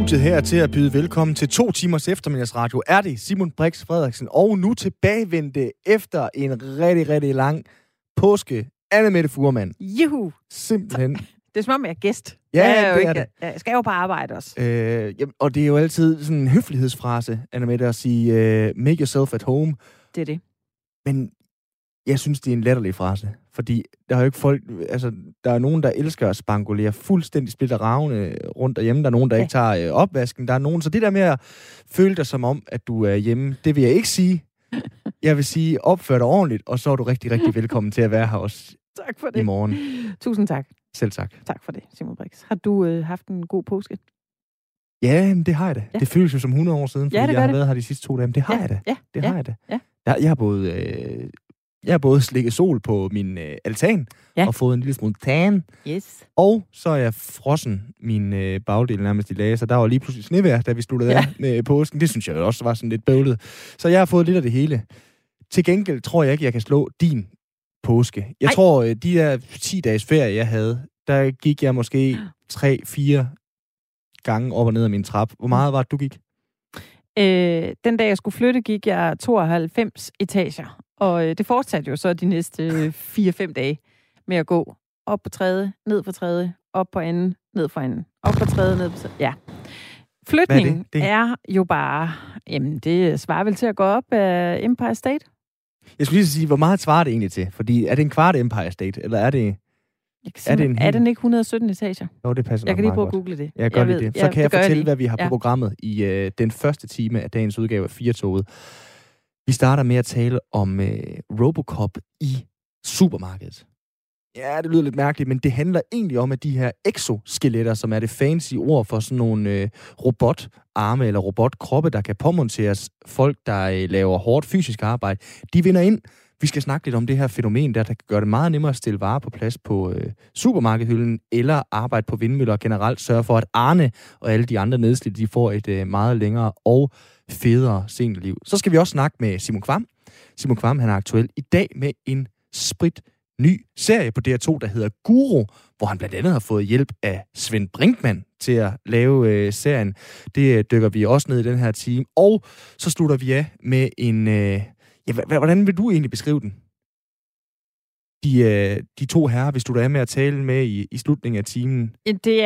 studiet her til at byde velkommen til 2 timers eftermiddagsradio. Er det Simon Brix Frederiksen, og nu tilbagevendte efter en rigtig, rigtig lang påske, Anne-Mette Fuhrmann. Juhu! Simpelthen. Det er som om, jeg er gæst. Ja, jeg er det ikke, er det. Jeg skal jo på arbejde også. Jamen, og det er jo altid sådan en høflighedsfrase, Anne-Mette, at sige, make yourself at home. Det er det. Men jeg synes, det er en latterlig frase. Fordi der er jo ikke folk... Altså, der er nogen, der elsker at spangulere fuldstændig splitter ravne rundt derhjemme. Der er nogen, der ikke tager opvasken. Der er nogen... Så det der med at føle dig som om, at du er hjemme, det vil jeg ikke sige. Jeg vil sige, opfør dig ordentligt, og så er du rigtig, rigtig velkommen til at være her også Tak for det. i morgen. Tusind tak. Selv tak. Tak for det, Simon Brix. Har du haft en god påske? Ja, men det har jeg da. Ja. Det føles jo som 100 år siden, fordi jeg har været her de sidste 2 dage. Men det har jeg da. Det har jeg da. Ja. Jeg har både slikket sol på min altan, og fået en lille smule tan. Yes. Og så er jeg frossen min bagdel nærmest i lage, så der var lige pludselig snevejr, da vi sluttede af med påsken. Det synes jeg også var sådan lidt bøvlet. Så jeg har fået lidt af det hele. Til gengæld tror jeg ikke, jeg kan slå din påske. Jeg tror, de der 10 dages ferie, jeg havde, der gik jeg måske 3-4 gange op og ned af min trap. Hvor meget var det, du gik? Den dag, jeg skulle flytte, gik jeg 92 etager. Og det fortsatte jo så de næste 4-5 dage med at gå op på tredje, ned på tredje, op på anden, ned for anden, op på tredje, ned på tredje. Ja. Flytning er jo bare... Jamen, det svarer vel til at gå op af Empire State. Jeg skulle lige sige, hvor meget svarer det egentlig til? Fordi er det en kvart Empire State, eller er det... Er den ikke 117 etager? Jo, det passer. Jeg kan lige prøve at google det. Jeg gør lige det. Så kan jeg fortælle, hvad vi har på programmet i den første time af dagens udgave af 4-toget. Vi starter med at tale om Robocop i supermarkedet. Ja, det lyder lidt mærkeligt, men det handler egentlig om, at de her exoskeletter, som er det fancy ord for sådan nogle robotarme eller robotkroppe, der kan påmonteres folk, der laver hårdt fysisk arbejde, de vinder ind. Vi skal snakke lidt om det her fænomen, der kan gøre det meget nemmere at stille varer på plads på supermarkedhylden, eller arbejde på vindmøller og generelt sørge for, at Arne og alle de andre nedslidte, de får et meget længere og federe seniorliv. Så skal vi også snakke med Simon Kvam. Simon Kvam, han er aktuel i dag med en ny serie på DR2, der hedder Guru, hvor han blandt andet har fået hjælp af Svend Brinkmann til at lave serien. Det dykker vi også ned i den her time. Og så slutter vi af med en... hvordan vil du egentlig beskrive den? De 2 herrer, hvis du er med at tale med i slutningen af timen. Det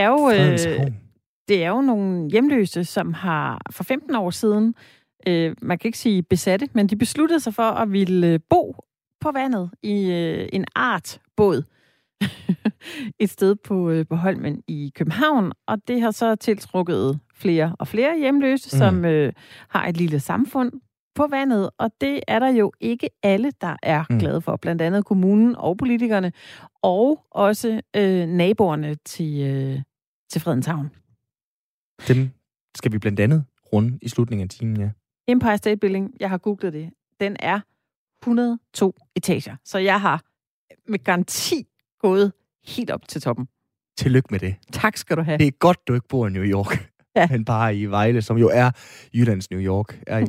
er jo nogle hjemløse, som har for 15 år siden, man kan ikke sige besatte, men de besluttede sig for at ville bo på vandet i en artbåd et sted på Holmen i København, og det har så tiltrukket flere og flere hjemløse, som har et lille samfund på vandet, og det er der jo ikke alle, der er glade for. Blandt andet kommunen og politikerne, og også naboerne til Fredenshavn. Dem skal vi blandt andet runde i slutningen af timen, ja. Empire State Building, jeg har googlet det, den er 102 etager. Så jeg har med garanti gået helt op til toppen. Tillykke med det. Tak skal du have. Det er godt, du ikke bor i New York. Ja. Men bare i Vejle, som jo er Jyllands New York. Nej,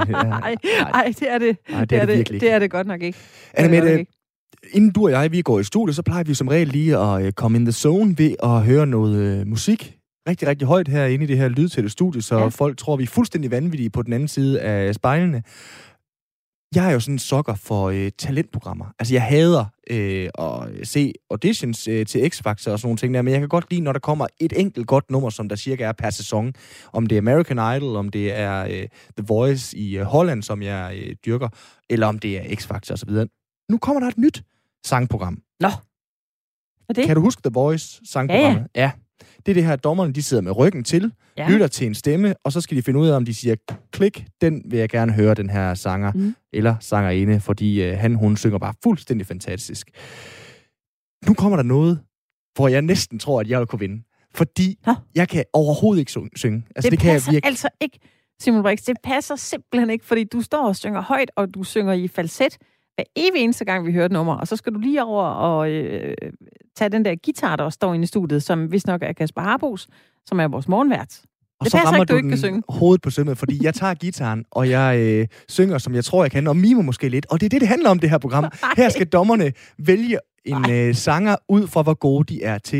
det er det. Nej, det er det virkelig. Det er det godt nok ikke. Anne-Mette, inden du og jeg vi går i studiet, så plejer vi som regel lige at komme in the zone ved at høre noget musik. Rigtig, rigtig højt herinde i det her lydtætte studie, så folk tror, vi er fuldstændig vanvittige på den anden side af spejlene. Jeg er jo sådan en sokker for talentprogrammer. Altså, jeg hader at se auditions til X-Factor og sådan nogle ting der, men jeg kan godt lide, når der kommer et enkelt godt nummer, som der cirka er per sæson. Om det er American Idol, om det er The Voice i Holland, som jeg dyrker, eller om det er X-Factor og så videre. Nu kommer der et nyt sangprogram. Nå. Det? Kan du huske The Voice sangprogrammet? Ja. Det er det her, dommerne de sidder med ryggen til, lytter til en stemme, og så skal de finde ud af, om de siger, klik, den vil jeg gerne høre, den her sanger, eller sangerinde, fordi hun synger bare fuldstændig fantastisk. Nu kommer der noget, hvor jeg næsten tror, at jeg vil kunne vinde. Fordi jeg kan overhovedet ikke synge. Altså, det kan jeg virkelig. Altså ikke, Simon Brix, det passer simpelthen ikke, fordi du står og synger højt, og du synger i falset hver evig eneste gang, vi hører et nummer, og så skal du lige over og tage den der guitar, der står inde i studiet, som vist nok er Kasper Harbos, som er vores morgenvært. Og så rammer du den hovedet på sømmet, fordi jeg tager gitaren, og jeg synger, som jeg tror, jeg kan, og mimer måske lidt. Og det er det handler om, det her program. Her skal dommerne vælge en sanger ud fra, hvor gode de er til at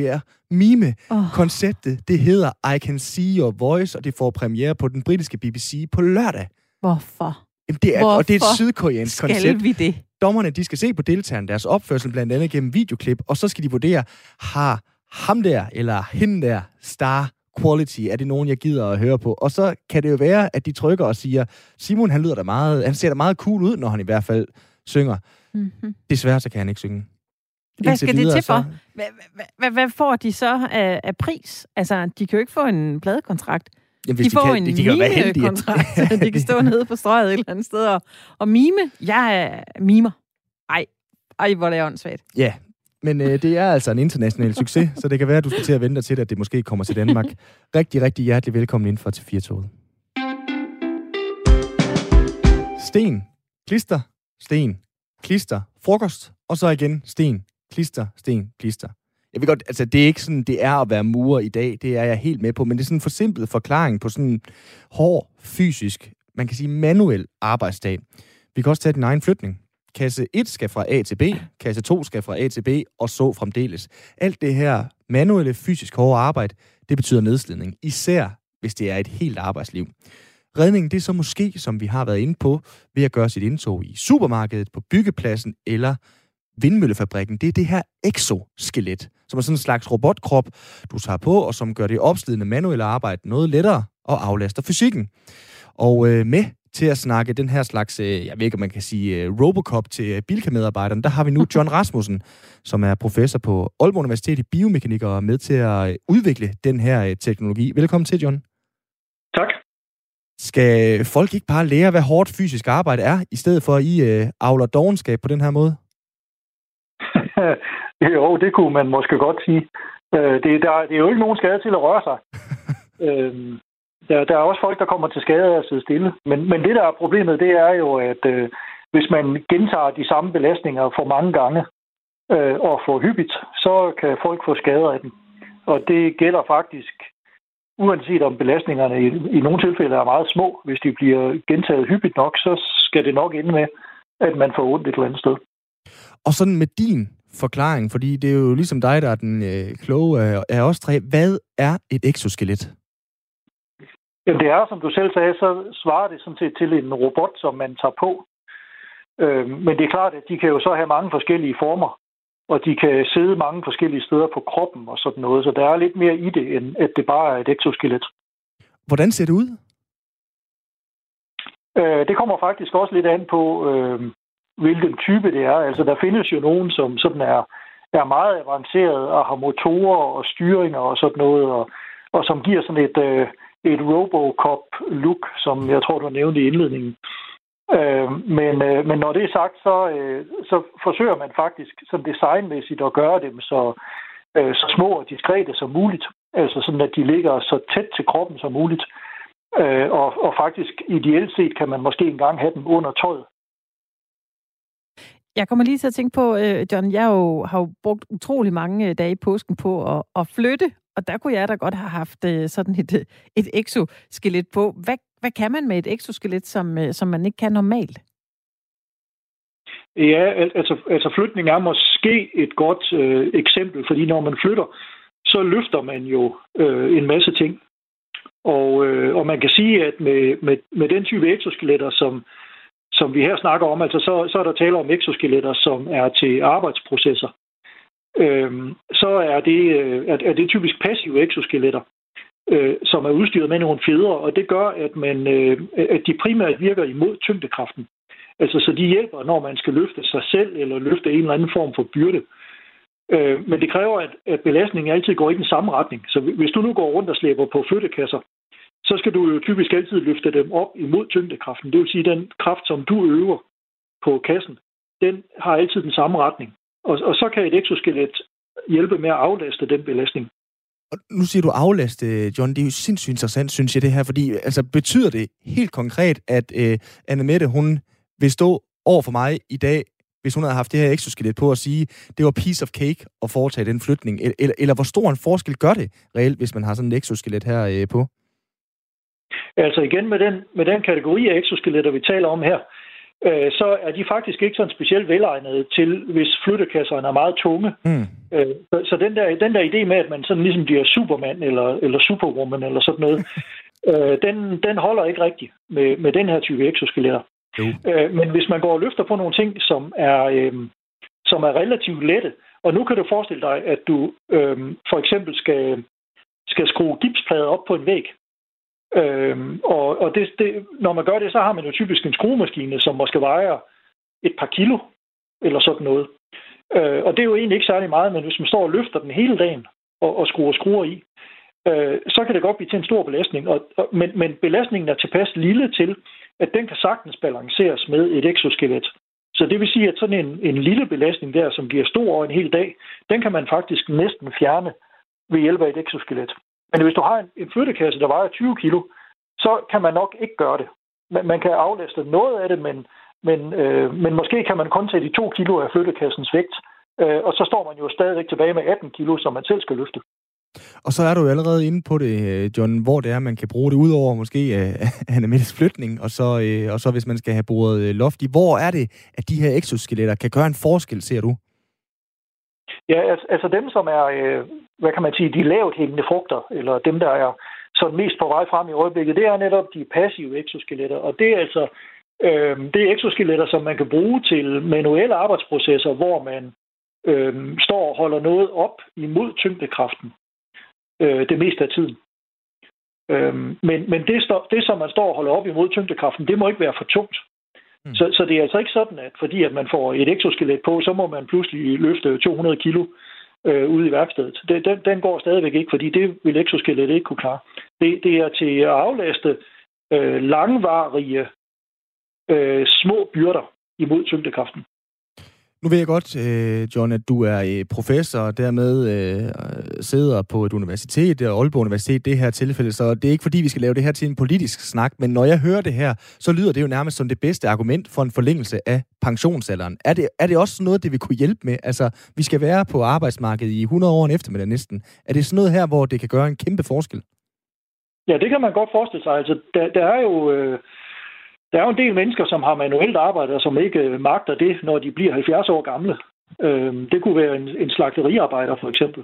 Mime-konceptet, det hedder I Can See Your Voice, og det får premiere på den britiske BBC på lørdag. Hvorfor? Jamen, og det er et sydkoreansk koncept. Skal vi det? Dommerne, de skal se på deltagerne, deres opførsel, blandt andet gennem videoklip, og så skal de vurdere, har ham der, eller hende der, star quality, er det nogen, jeg gider at høre på? Og så kan det jo være, at de trykker og siger, Simon, han ser da meget cool ud, når han i hvert fald synger. Mm-hmm. Desværre, så kan han ikke synge. Hvad skal det til for? Hvad får de så af pris? Altså, de kan jo ikke få en pladekontrakt. Jamen, de får en mime-kontrakt. De kan stå nede på strøget et eller andet sted og mime. Jeg er mimer. Ej, hvor det er åndssvagt. Ja, men det er altså en international succes, så det kan være, at du skal til at vente til, at det måske kommer til Danmark. Rigtig, rigtig hjertelig velkommen indenfor til 4-toget. Sten, klister, sten, klister, frokost, og så igen sten, klister, sten, klister. Jeg ved godt, altså det er ikke sådan, det er at være murer i dag, det er jeg helt med på, men det er sådan en forsimplet forklaring på sådan en hård, fysisk, man kan sige manuel arbejdsdag. Vi kan også tage din egen flytning. Kasse 1 skal fra A til B, kasse 2 skal fra A til B, og så fremdeles. Alt det her manuelle, fysisk hårde arbejde, det betyder nedslidning, især hvis det er et helt arbejdsliv. Redningen, det er så måske, som vi har været inde på, ved at gøre sit indtog i supermarkedet, på byggepladsen eller vindmøllefabrikken. Det er det her exoskelet, som er sådan en slags robotkrop, du tager på, og som gør det opslidende manuelle arbejde noget lettere og aflaster fysikken. Og med til at snakke den her slags, jeg ved ikke, om man kan sige Robocop til Bilka-medarbejderne, der har vi nu John Rasmussen, som er professor på Aalborg Universitet i biomekanik og er med til at udvikle den her teknologi. Velkommen til, John. Tak. Skal folk ikke bare lære, hvad hårdt fysisk arbejde er, i stedet for at I avler dovenskab på den her måde? Jo, det kunne man måske godt sige. Det er jo ikke nogen skade til at røre sig. Der er også folk, der kommer til skade af at sidde stille. Men det, der er problemet, det er jo, at hvis man gentager de samme belastninger for mange gange og for hyppigt, så kan folk få skader af dem. Og det gælder faktisk, uanset om belastningerne i nogle tilfælde er meget små. Hvis de bliver gentaget hyppigt nok, så skal det nok ende med, at man får ondt et eller andet sted. Og sådan med din forklaring, fordi det er jo ligesom dig, der er den kloge af os tre. Hvad er et exoskelet? Jamen det er, som du selv sagde, så svarer det sådan set til en robot, som man tager på. Men det er klart, at de kan jo så have mange forskellige former, og de kan sidde mange forskellige steder på kroppen og sådan noget, så der er lidt mere i det, end at det bare er et exoskelet. Hvordan ser det ud? Det kommer faktisk også lidt an på, hvilken type det er. Altså, der findes jo nogen, som sådan er meget avanceret og har motorer og styringer og sådan noget, og som giver sådan et Robocop-look, som jeg tror, du nævnte i indledningen. Men når det er sagt, så forsøger man faktisk sådan designmæssigt at gøre dem så små og diskrete som muligt. Altså sådan, at de ligger så tæt til kroppen som muligt. Og faktisk ideelt set kan man måske engang have dem under tøjet. Jeg kommer lige til at tænke på, John, jeg har jo brugt utrolig mange dage i påsken på at flytte, og der kunne jeg da godt have haft sådan et exoskelet på. Hvad kan man med et exoskelet, som man ikke kan normalt? Ja, altså flytning er måske et godt eksempel, fordi når man flytter, så løfter man jo en masse ting. Og man kan sige, at med den type exoskeletter, som vi her snakker om, altså så er der tale om exoskeletter, som er til arbejdsprocesser. Så er det typisk passive exoskeletter, som er udstyret med nogle fjedre, og det gør, at de primært virker imod tyngdekraften. Altså så de hjælper, når man skal løfte sig selv eller løfte en eller anden form for byrde. Men det kræver, at belastningen altid går i den samme retning. Så hvis du nu går rundt og slæber på flyttekasser, så skal du jo typisk altid løfte dem op imod tyngdekraften. Det vil sige, at den kraft, som du øver på kassen, den har altid den samme retning. Og så kan et exoskelet hjælpe med at aflaste den belastning. Og nu siger du aflaste, John. Det er jo sindssygt interessant, synes jeg, det her. Fordi altså, betyder det helt konkret, at Anne-Mette, hun vil stå over for mig i dag, hvis hun havde haft det her exoskelet på, at sige, det var piece of cake at foretage den flytning? Eller hvor stor en forskel gør det reelt, hvis man har sådan et exoskelet her på? Altså igen med den kategori af exoskeletter, vi taler om her, så er de faktisk ikke sådan specielt velegnede til, hvis flyttekasserne er meget tunge. Så den der idé med, at man sådan ligesom bliver Superman eller Superwoman eller sådan noget, den holder ikke rigtigt med den her type exoskeletter. Men hvis man går og løfter på nogle ting, som er relativt lette, og nu kan du forestille dig, at du for eksempel skal skrue gipsplader op på en væg. Og når man gør det, så har man jo typisk en skruemaskine, som måske vejer et par kilo, eller sådan noget. Og det er jo egentlig ikke særlig meget, men hvis man står og løfter den hele dagen, og skruer i, så kan det godt blive til en stor belastning. Men belastningen er tilpas lille til, at den kan sagtens balanceres med et exoskelet. Så det vil sige, at sådan en lille belastning der, som bliver stor over en hel dag, den kan man faktisk næsten fjerne ved hjælp af et exoskelet. Men hvis du har en flyttekasse, der vejer 20 kilo, så kan man nok ikke gøre det. Man kan aflaste noget af det, men måske kan man kun tage de 2 kilo af flyttekassens vægt, og så står man jo stadigvæk tilbage med 18 kilo, som man selv skal løfte. Og så er du jo allerede inde på det, John, hvor det er, man kan bruge det ud over måske Anne-Mettes flytning, og så hvis man skal have boret loft i. Hvor er det, at de her exoskeletter kan gøre en forskel, ser du? Ja, altså dem, som er, hvad kan man sige, de lavt hængende frugter, eller dem, der er sådan mest på vej frem i øjeblikket, det er netop de passive exoskeletter. Og det er altså det er exoskeletter, som man kan bruge til manuelle arbejdsprocesser, hvor man står og holder noget op imod tyngdekraften det meste af tiden. Men det, som man står og holder op imod tyngdekraften, det må ikke være for tungt. Så det er altså ikke sådan, at fordi at man får et exoskelet på, så må man pludselig løfte 200 kilo ude i værkstedet. Den går stadigvæk ikke, fordi det vil exoskelet ikke kunne klare. Det er til at aflaste langvarige små byrder imod tyngdekraften. Nu ved jeg godt, John, at du er professor og dermed sidder på et universitet, Aalborg Universitet, det her tilfælde, så det er ikke fordi, vi skal lave det her til en politisk snak, men når jeg hører det her, så lyder det jo nærmest som det bedste argument for en forlængelse af pensionsalderen. Er det også noget, det vil kunne hjælpe med? Altså, vi skal være på arbejdsmarkedet i 100 år en eftermiddag næsten. Er det sådan noget her, hvor det kan gøre en kæmpe forskel? Ja, det kan man godt forestille sig. Altså, der er jo en del mennesker, som har manuelt arbejde, og som ikke magter det, når de bliver 70 år gamle. Det kunne være en slagteriarbejder, for eksempel.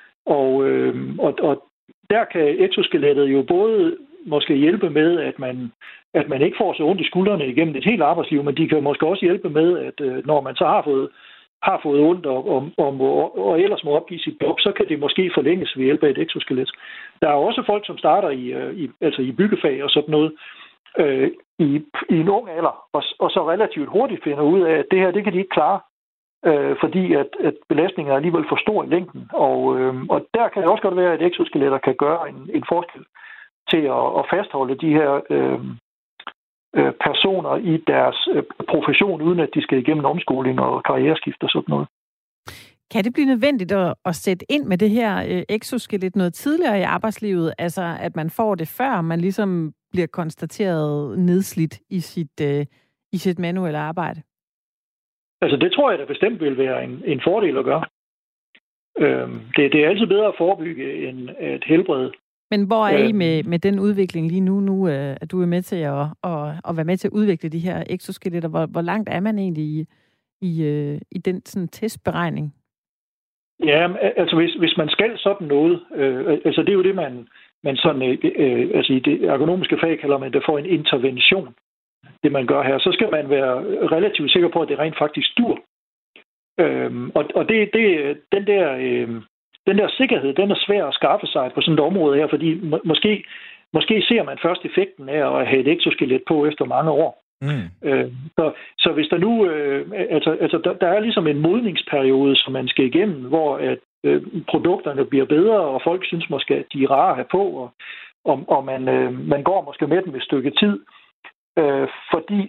Og der kan exoskelettet jo både måske hjælpe med, at man ikke får så ondt i skuldrene igennem et helt arbejdsliv, men de kan måske også hjælpe med, at når man så har fået ondt og ellers må opgive sit job, så kan det måske forlænges ved hjælp af et exoskelet. Der er også folk, som starter i byggefag og sådan noget, i en ung alder, og så relativt hurtigt finder ud af, at det her, det kan de ikke klare, fordi at belastningen er alligevel for stor i længden. Og der kan det også godt være, at exoskeletter kan gøre en forskel til at fastholde de her personer i deres profession, uden at de skal igennem omskoling og karriereskift og sådan noget. Kan det blive nødvendigt at sætte ind med det her exoskelet noget tidligere i arbejdslivet? Altså, at man får det før man ligesom bliver konstateret nedslidt i sit manuelle arbejde? Altså, det tror jeg da bestemt vil være en fordel at gøre. Det er altid bedre at forebygge end at helbrede. Men hvor er I med den udvikling lige nu at du er med til at være med til at udvikle de her exoskeletter? Hvor langt er man egentlig i den sådan testberegning? Ja, altså hvis man skal sådan noget, altså det er jo det, man sådan, altså i det ergonomiske fag kalder man det for en intervention, det man gør her. Så skal man være relativt sikker på, at det rent faktisk dur. Og den der sikkerhed, den er svær at skaffe sig på sådan et område her, fordi måske ser man først effekten af at have et exoskelet på efter mange år. Så hvis der nu, der er ligesom en modningsperiode, som man skal igennem, hvor at produkterne bliver bedre, og folk synes måske, at de er rare at have på, og man går måske med dem et stykke tid, fordi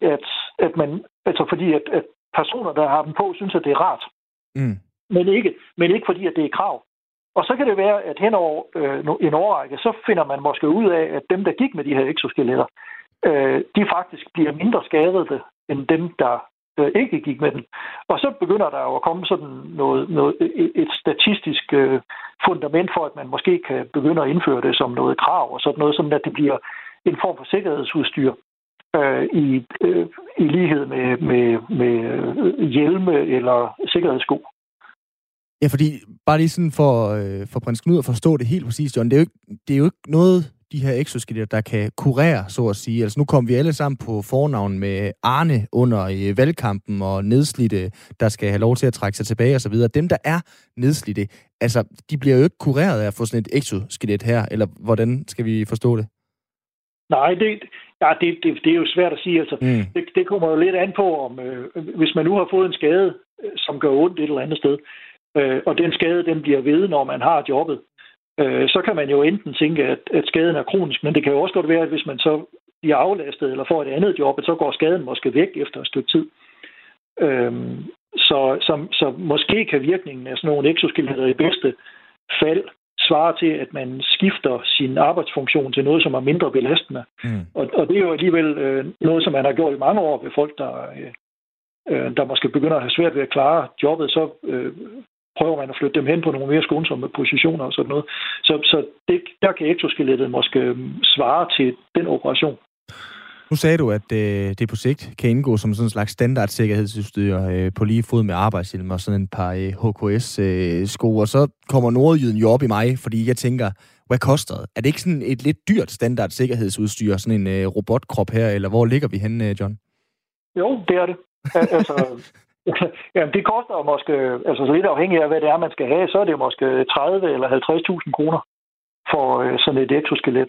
at personer, der har dem på, synes, at det er rart. Men ikke fordi, at det er krav. Og så kan det være, at henover en årrække, så finder man måske ud af, at dem, der gik med de her exoskeletter, de faktisk bliver mindre skadede end dem, der ikke gik med den. Og så begynder der jo at komme sådan et statistisk fundament for, at man måske kan begynde at indføre det som noget krav, og sådan noget, sådan at det bliver en form for sikkerhedsudstyr. i lighed med hjelme eller sikkerhedssko. Ja, fordi bare lige sådan for prins Knud at forstå det helt præcist, John, det er jo ikke noget, de her exoskeletter, der kan kurere, så at sige. Altså nu kom vi alle sammen på fornavn med Arne under valgkampen og nedslidte, der skal have lov til at trække sig tilbage og så videre. Dem, der er nedslidte, altså de bliver jo ikke kureret af at få sådan et exoskelet her, eller hvordan skal vi forstå det? Nej, det er jo svært at sige. Altså, det kommer jo lidt an på, om hvis man nu har fået en skade, som gør ondt et eller andet sted, og den skade, den bliver ved, når man har jobbet, så kan man jo enten tænke, at skaden er kronisk, men det kan jo også godt være, at hvis man så bliver aflastet eller får et andet job, så går skaden måske væk efter et stykke tid. Så måske kan virkningen af sådan nogle exoskeletter i bedste fald svare til, at man skifter sin arbejdsfunktion til noget, som er mindre belastende. Og det er jo alligevel noget, som man har gjort i mange år ved folk, der måske begynder at have svært ved at klare jobbet, så prøver man at flytte dem hen på nogle mere skånsomme positioner og sådan noget. Så der kan exoskelettet måske svare til den operation. Nu sagde du, at det på sigt kan indgå som sådan en slags standardsikkerhedsudstyr på lige fod med arbejdshjelm og sådan en par HKS-sko, og så kommer nordjyden jo op i mig, fordi jeg tænker, hvad koster det? Er det ikke sådan et lidt dyrt standardsikkerhedsudstyr, sådan en robotkrop her, eller hvor ligger vi henne, John? Jo, det er det. Altså, jamen, det koster måske, altså så lidt afhængig af, hvad det er, man skal have, så er det måske 30 eller 50.000 kroner for sådan et exoskelet,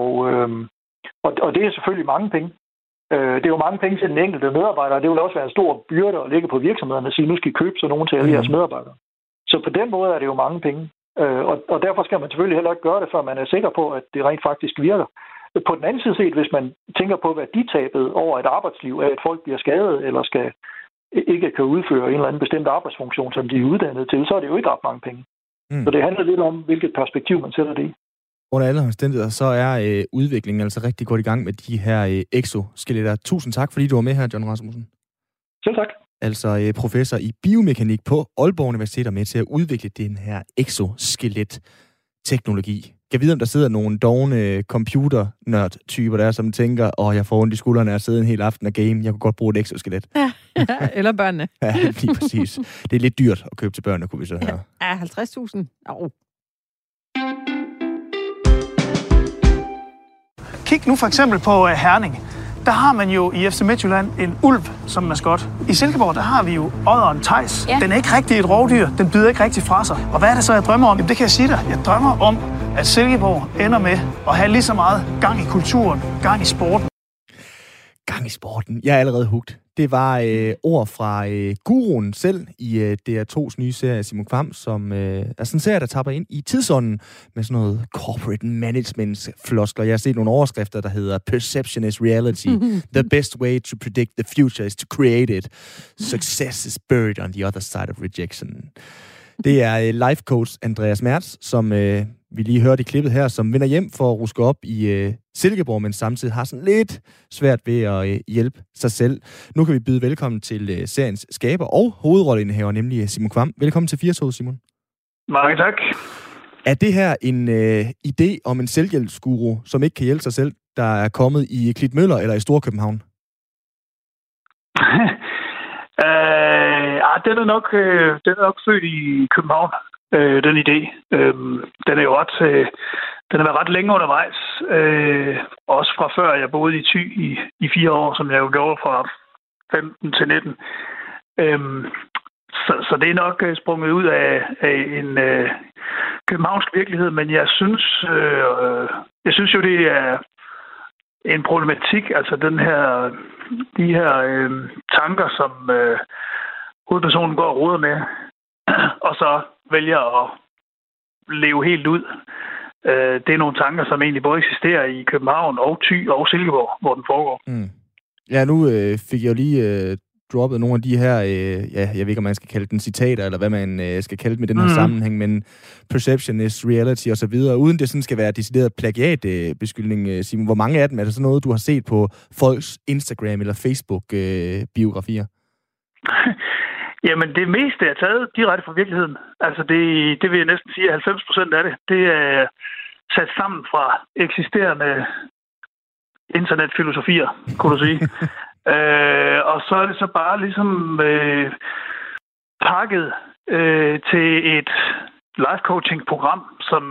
og det er selvfølgelig mange penge. Det er jo mange penge til den enkelte medarbejder, og det vil også være en stor byrde at ligge på virksomhederne og sige, nu skal I købe sådan nogen til alle jeres medarbejdere. Så på den måde er det jo mange penge. Og derfor skal man selvfølgelig heller ikke gøre det, før man er sikker på, at det rent faktisk virker. På den anden side set, hvis man tænker på værditabet over et arbejdsliv, af at folk bliver skadet eller ikke kan udføre en eller anden bestemt arbejdsfunktion, som de er uddannet til, så er det jo ikke ret mange penge. Så det handler lidt om, hvilket perspektiv man sætter det i. Under alle omstændigheder, så er udviklingen altså rigtig godt i gang med de her exoskeletter. Tusind tak, fordi du var med her, John Rasmussen. Selv tak. Altså professor i biomekanik på Aalborg Universitet er med til at udvikle den her exoskelet-teknologi. Jeg ved, om der sidder nogle dovne computer-nørd-typer der, som tænker, jeg får ondt i skuldrene af at sidde en hel aften og game. Jeg kunne godt bruge et exoskelet. Ja, eller børnene. Ja, lige præcis. Det er lidt dyrt at købe til børnene, kunne vi så høre. Ja, 50.000. Kig nu for eksempel på Herning. Der har man jo i FC Midtjylland en ulv som maskot. I Silkeborg, der har vi jo odderen Theis. Ja. Den er ikke rigtig et rovdyr. Den bider ikke rigtig fra sig. Og hvad er det så, jeg drømmer om? Jamen, det kan jeg sige dig. Jeg drømmer om, at Silkeborg ender med at have lige så meget gang i kulturen, gang i sporten. Gang i sporten. Jeg er allerede hugt. Det var ord fra guruen selv i DR2's nye serie, Simon Kvam, som er sådan en serie, der tapper ind i tidsånden med sådan noget corporate management-floskler. Jeg har set nogle overskrifter, der hedder Perception is reality. The best way to predict the future is to create it. Success is buried on the other side of rejection. Det er life coach Andreas Mertz, som vi lige hørte i klippet her, som vender hjem for at ruske op i Silkeborg, men samtidig har sådan lidt svært ved at hjælpe sig selv. Nu kan vi byde velkommen til seriens skaber og hovedrolleindehaver, nemlig Simon Kvam. Velkommen til 4-toget, Simon. Mange tak. Er det her en idé om en selvhjælpsguru, som ikke kan hjælpe sig selv, der er kommet i Klitmøller eller i Storkøbenhavn? Den er nok født i København, den idé. Den er jo den har været ret længe undervejs. Også fra før jeg boede i Thy i 4 år, som jeg jo gjorde fra 15 til 19. Så det er nok sprunget ud af en københavnsk virkelighed, men jeg synes jo, det er en problematik, altså de her tanker, som hovedpersonen går og roder med, og så vælger at leve helt ud. Det er nogle tanker, som egentlig både eksisterer i København og Thy og Silkeborg, hvor den foregår. Ja, nu fik jeg jo lige droppet nogle af de her, jeg ved ikke, om man skal kalde den citater, eller hvad man skal kalde det med den her sammenhæng, men perception is reality og så videre, uden det sådan skal være decideret plagiatbeskyldning, Simon. Hvor mange af dem er det sådan noget, du har set på folks Instagram eller Facebook-biografier? Jamen, det meste er taget direkte fra virkeligheden. Altså, det vil jeg næsten sige, at 90% af det er sat sammen fra eksisterende internetfilosofier, kunne du sige. Og så er det så bare ligesom pakket til et life coaching program,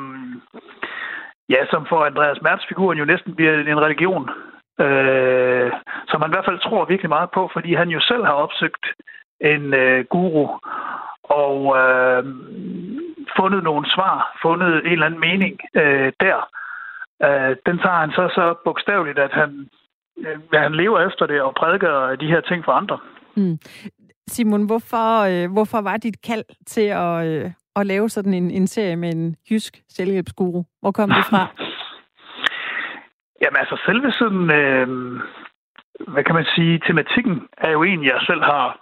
som for Andreas Mertz-figuren jo næsten bliver en religion. Som han i hvert fald tror virkelig meget på, fordi han jo selv har opsøgt en guru og fundet nogle svar, fundet en eller anden mening der. Den tager han så bogstaveligt, at han lever efter det og prædiker de her ting for andre. Simon, hvorfor var dit kald til at lave sådan en serie med en jysk selvhjælpsguru? Hvor kom det fra? Jamen altså, selve sådan, hvad kan man sige, tematikken er jo en, jeg selv har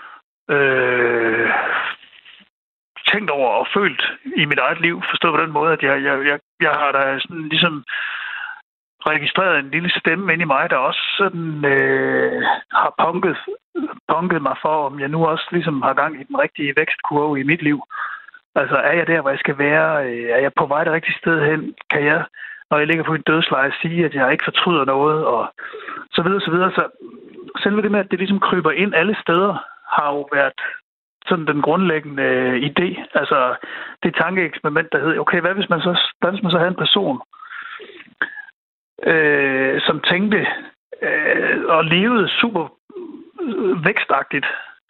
tænkt over og følt i mit eget liv. Forstået på den måde, at jeg har da sådan ligesom registreret en lille stemme inde i mig, der også sådan har punket mig for, om jeg nu også ligesom har gang i den rigtige vækstkurve i mit liv. Altså, er jeg der, hvor jeg skal være? Er jeg på vej det rigtige sted hen? Kan jeg, når jeg ligger på en dødsleje, sige, at jeg ikke fortryder noget? Og så videre, så videre. Så selve det med, at det ligesom kryber ind alle steder, har jo været sådan den grundlæggende idé. Altså, det tankeeksperiment, der hedder, okay, hvad hvis man så havde en person, som tænkte og levede super vækstagtigt,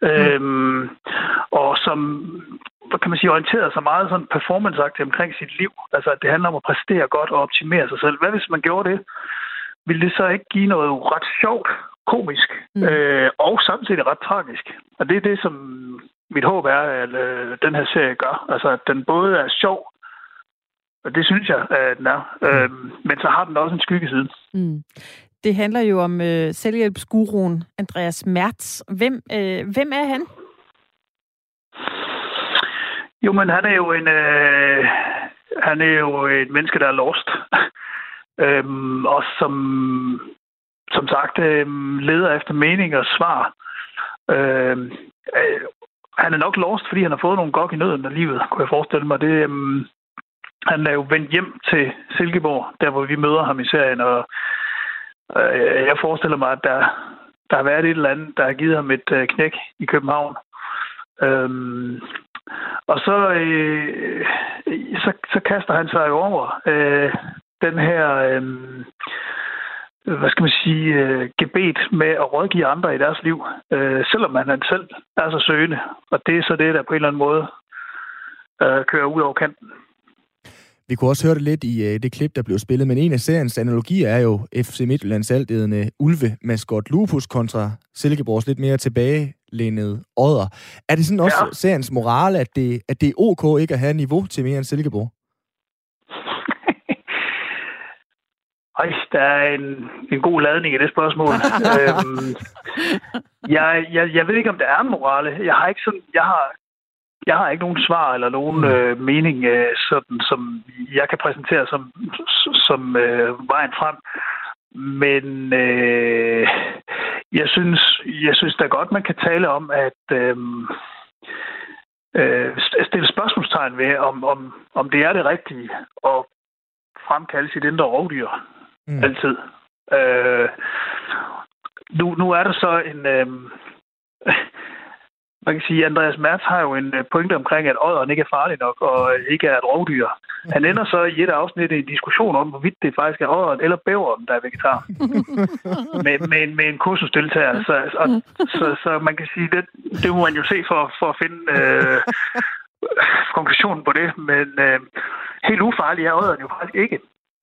og som, hvad kan man sige, orienterede sig meget sådan performanceagtigt omkring sit liv. Altså, at det handler om at præstere godt og optimere sig selv. Hvad hvis man gjorde det? Ville det så ikke give noget ret sjovt, komisk, og samtidig ret tragisk? Og det er det, som mit håb er, at den her serie gør. Altså, at den både er sjov, og det synes jeg, at den er. Men så har den også en skyggeside. Det handler jo om selvhjælpsguruen Andreas Mertz. Hvem er han? Jo, men han er jo et menneske, der er lost. Og som sagt leder efter mening og svar. Han er nok lost, fordi han har fået nogle gok i nøden af livet, kunne jeg forestille mig. Han er jo vendt hjem til Silkeborg, der hvor vi møder ham i serien, og jeg forestiller mig, at der har været et eller andet, der har givet ham et knæk i København. Og så kaster han sig over den her, hvad skal man sige, gebet med at rådgive andre i deres liv, selvom han selv er så søgende. Og det er så det, der på en eller anden måde kører ud over kanten. Vi kunne også høre det lidt i det klip, der blev spillet, men en af seriens analogier er jo FC Midtjyllands altædende ulve-maskot Lupus kontra Silkeborgs lidt mere tilbagelænede Odder. Er det sådan også seriens morale, at det er ok ikke at have niveau til mere end Silkeborg? Der er en god ladning i det spørgsmål. Jeg ved ikke, om der er en morale. Jeg har ikke nogen svar eller nogen mening, sådan, som jeg kan præsentere som vejen frem. Men jeg synes da godt, man kan tale om at stille spørgsmålstegn ved, om det er det rigtige at fremkalde sit indre rovdyr. Altid. Nu er der så en... man kan sige, at Andreas Mertz har jo en pointe omkring, at odderen ikke er farlig nok og ikke er et rovdyr. Han ender så i et afsnit i en diskussion om, hvorvidt det faktisk er odderen eller bæveren, der er vegetar. med en kursusdeltager. Så man kan sige, det må man jo se for at finde konklusionen på det. Men helt ufarlig er odderen jo faktisk ikke.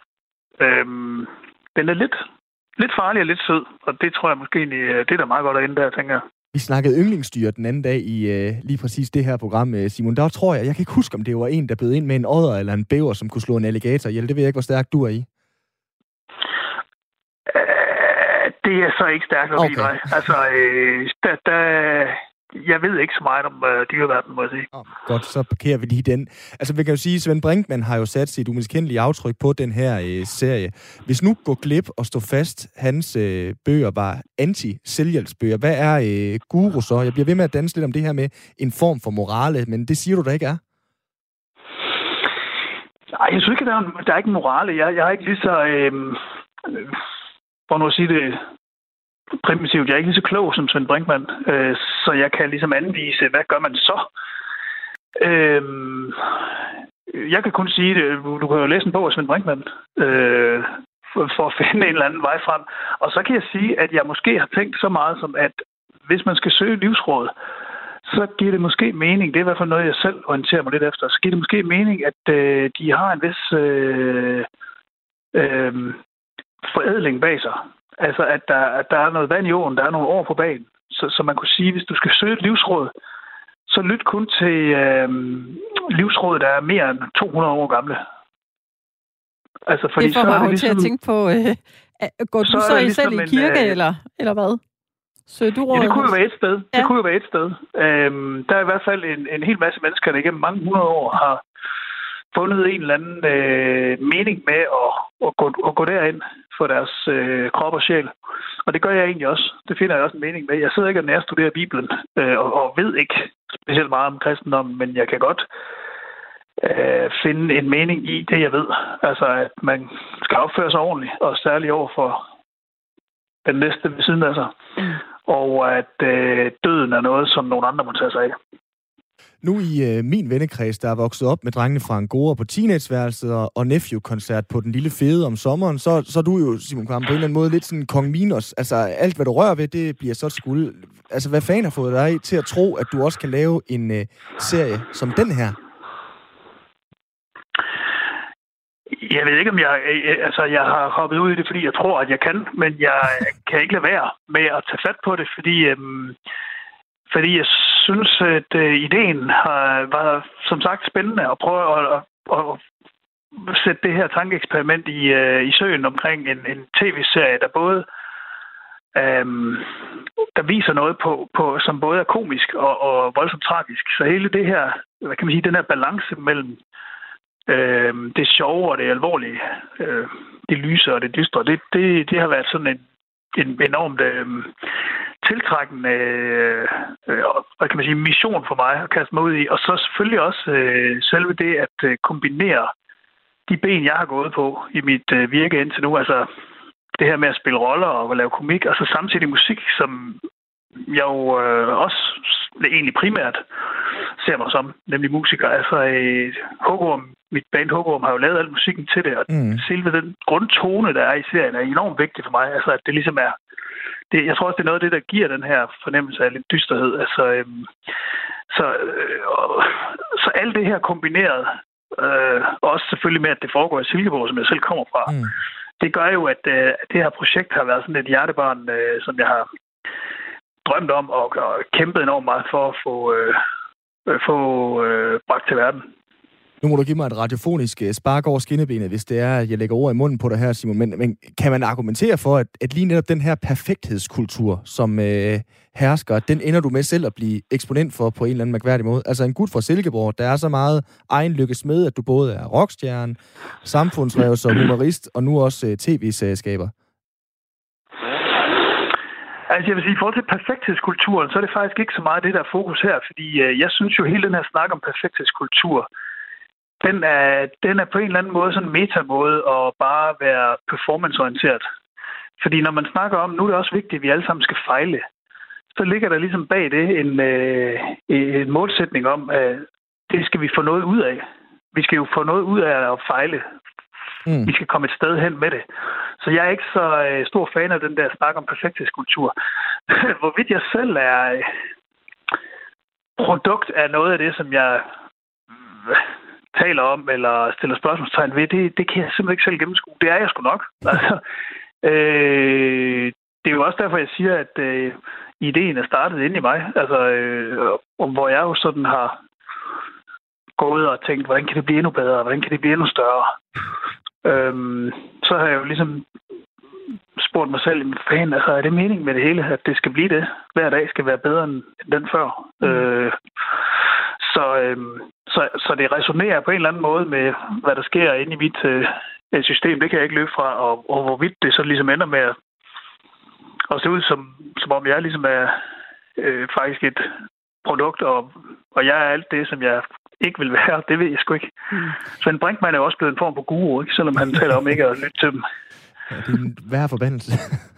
Den er lidt farlig og lidt sød, og det tror jeg måske det er der meget godt at ende der, tænker jeg. Vi snakkede yndlingsdyr den anden dag i lige præcis det her program, Simon. Der tror jeg kan ikke huske, om det var en, der bød ind med en odder eller en bæver, som kunne slå en alligator ihjel. Det ved jeg ikke, hvor stærk du er i. Det er så ikke stærkt nok i mig. Altså, jeg ved ikke så meget om dyreverdenen, må jeg sige. Godt, så parkerer vi lige den. Altså, vi kan jo sige, at Svend Brinkmann har jo sat sit umiskendelige aftryk på den her serie. Hvis nu går glip og stå fast, hans bøger var anti-selvhjælpsbøger. Hvad er guru så? Jeg bliver ved med at danse lidt om det her med en form for morale, men det siger du da ikke er? Nej, jeg synes ikke, der er ikke en morale. Jeg har ikke lige så... for nu at sige det primitivt, jeg er ikke lige så klog som Svend Brinkmann, så jeg kan ligesom anvise, hvad gør man så? Jeg kan kun sige det, du kan jo læse en bog af Svend Brinkmann, for at finde en eller anden vej frem. Og så kan jeg sige, at jeg måske har tænkt så meget som, at hvis man skal søge livsråd, så giver det måske mening, det er i hvert fald noget, jeg selv orienterer mig lidt efter, så giver det måske mening, at de har en vis forædling bag sig. Altså, at der er noget vand i åen, der er nogle år på bagen. Så man kunne sige, hvis du skal søge et livsråd, så lyt kun til livsråd, der er mere end 200 år gamle. Altså, fordi det får mig jo til at tænke på, går du så ligesom selv i kirke, eller hvad? Søger du råd? Ja, det kunne jo være et sted. Ja. Det kunne jo være et sted. Der er i hvert fald en hel masse mennesker, der igennem mange hundrede år har fundet en eller anden mening med at gå derind for deres krop og sjæl. Og det gør jeg egentlig også. Det finder jeg også en mening med. Jeg sidder ikke og nærstuderer Bibelen, og ved ikke specielt meget om kristendommen, men jeg kan godt finde en mening i det, jeg ved. Altså, at man skal opføre sig ordentligt, og særligt over for den næste ved siden af sig. Og at døden er noget, som nogle andre må tage sig af. Nu i min vennekreds, der er vokset op med drengene fra Angora på teenageværelset og Nephew-koncert på Den Lille Fede om sommeren, så er du jo, Simon Kvam, på en eller anden måde lidt sådan Kong Minos. Altså, alt hvad du rører ved, det bliver så skuld. Altså, hvad fanden har fået dig til at tro, at du også kan lave en serie som den her? Jeg ved ikke, om jeg har hoppet ud i det, fordi jeg tror, at jeg kan, men jeg kan ikke lade være med at tage fat på det, fordi jeg synes, at ideen var som sagt spændende at prøve at sætte det her tankeeksperiment i søen omkring en tv-serie, der både der viser noget på som både er komisk og voldsomt tragisk. Så hele det her, hvad kan man sige, den her balance mellem det sjove og det alvorlige, det lyse og det dystre, det har været sådan en enormt tiltrækkende hvad kan man sige, mission for mig at kaste mig ud i. Og så selvfølgelig også selve det at kombinere de ben, jeg har gået på i mit virke indtil nu. Altså det her med at spille roller og lave komik, og så samtidig musik, som jeg jo også egentlig primært ser mig som, nemlig musiker. Altså mit band Hugorm har jo lavet al musikken til det, og selve den grundtone, der er i serien, er enormt vigtig for mig. Altså at det ligesom er jeg tror også, det er noget af det, der giver den her fornemmelse af lidt dysterhed. Altså, så alt det her kombineret, også selvfølgelig med, at det foregår i Silkeborg, som jeg selv kommer fra, det gør jo, at det her projekt har været sådan et hjertebarn, som jeg har drømt om og kæmpet enormt meget for at få bragt til verden. Nu må du give mig et radiofonisk spark over skinnebenet, hvis det er, at jeg lægger ord i munden på dig her, Simon. Men kan man argumentere for, at lige netop den her perfekthedskultur, som hersker, den ender du med selv at blive eksponent for på en eller anden mærkværdig måde? Altså en gut fra Silkeborg, der er så meget egenlykkes med, at du både er rockstjerne, samfundsrevs og humorist, og nu også tv-serieskaber. Altså jeg vil sige, i forhold til perfekthedskulturen, så er det faktisk ikke så meget det, der er fokus her, fordi jeg synes jo, hele den her snak om perfekthedskultur, den er på en eller anden måde sådan en metamåde at bare være performanceorienteret. Fordi når man snakker om, nu er det også vigtigt, at vi alle sammen skal fejle, så ligger der ligesom bag det en målsætning om, at det skal vi få noget ud af. Vi skal jo få noget ud af at fejle. Vi skal komme et sted hen med det. Så jeg er ikke så stor fan af den der snak om perfekthedskultur. Hvorvidt jeg selv er produkt af noget af det, som jeg taler om, eller stiller spørgsmålstegn ved, det kan jeg simpelthen ikke selv gennemskue. Det er jeg sgu nok. Altså, det er jo også derfor, jeg siger, at ideen er startet inde i mig. Altså, hvor jeg jo sådan har gået og tænkt, hvordan kan det blive endnu bedre? Hvordan kan det blive endnu større? Så har jeg jo ligesom spurgt mig selv, altså, er det meningen med det hele, at det skal blive det? Hver dag skal være bedre end den før. Så det resonerer på en eller anden måde med, hvad der sker inde i mit system. Det kan jeg ikke løbe fra, og hvorvidt det så ligesom ender med at se ud, som om jeg ligesom er faktisk et produkt, og jeg er alt det, som jeg ikke vil være. Det ved jeg sgu ikke. Svend Brinkmann er jo også blevet en form for guru, ikke? Selvom han taler om ikke at lytte til dem. Ja, det er en værre forbandelse.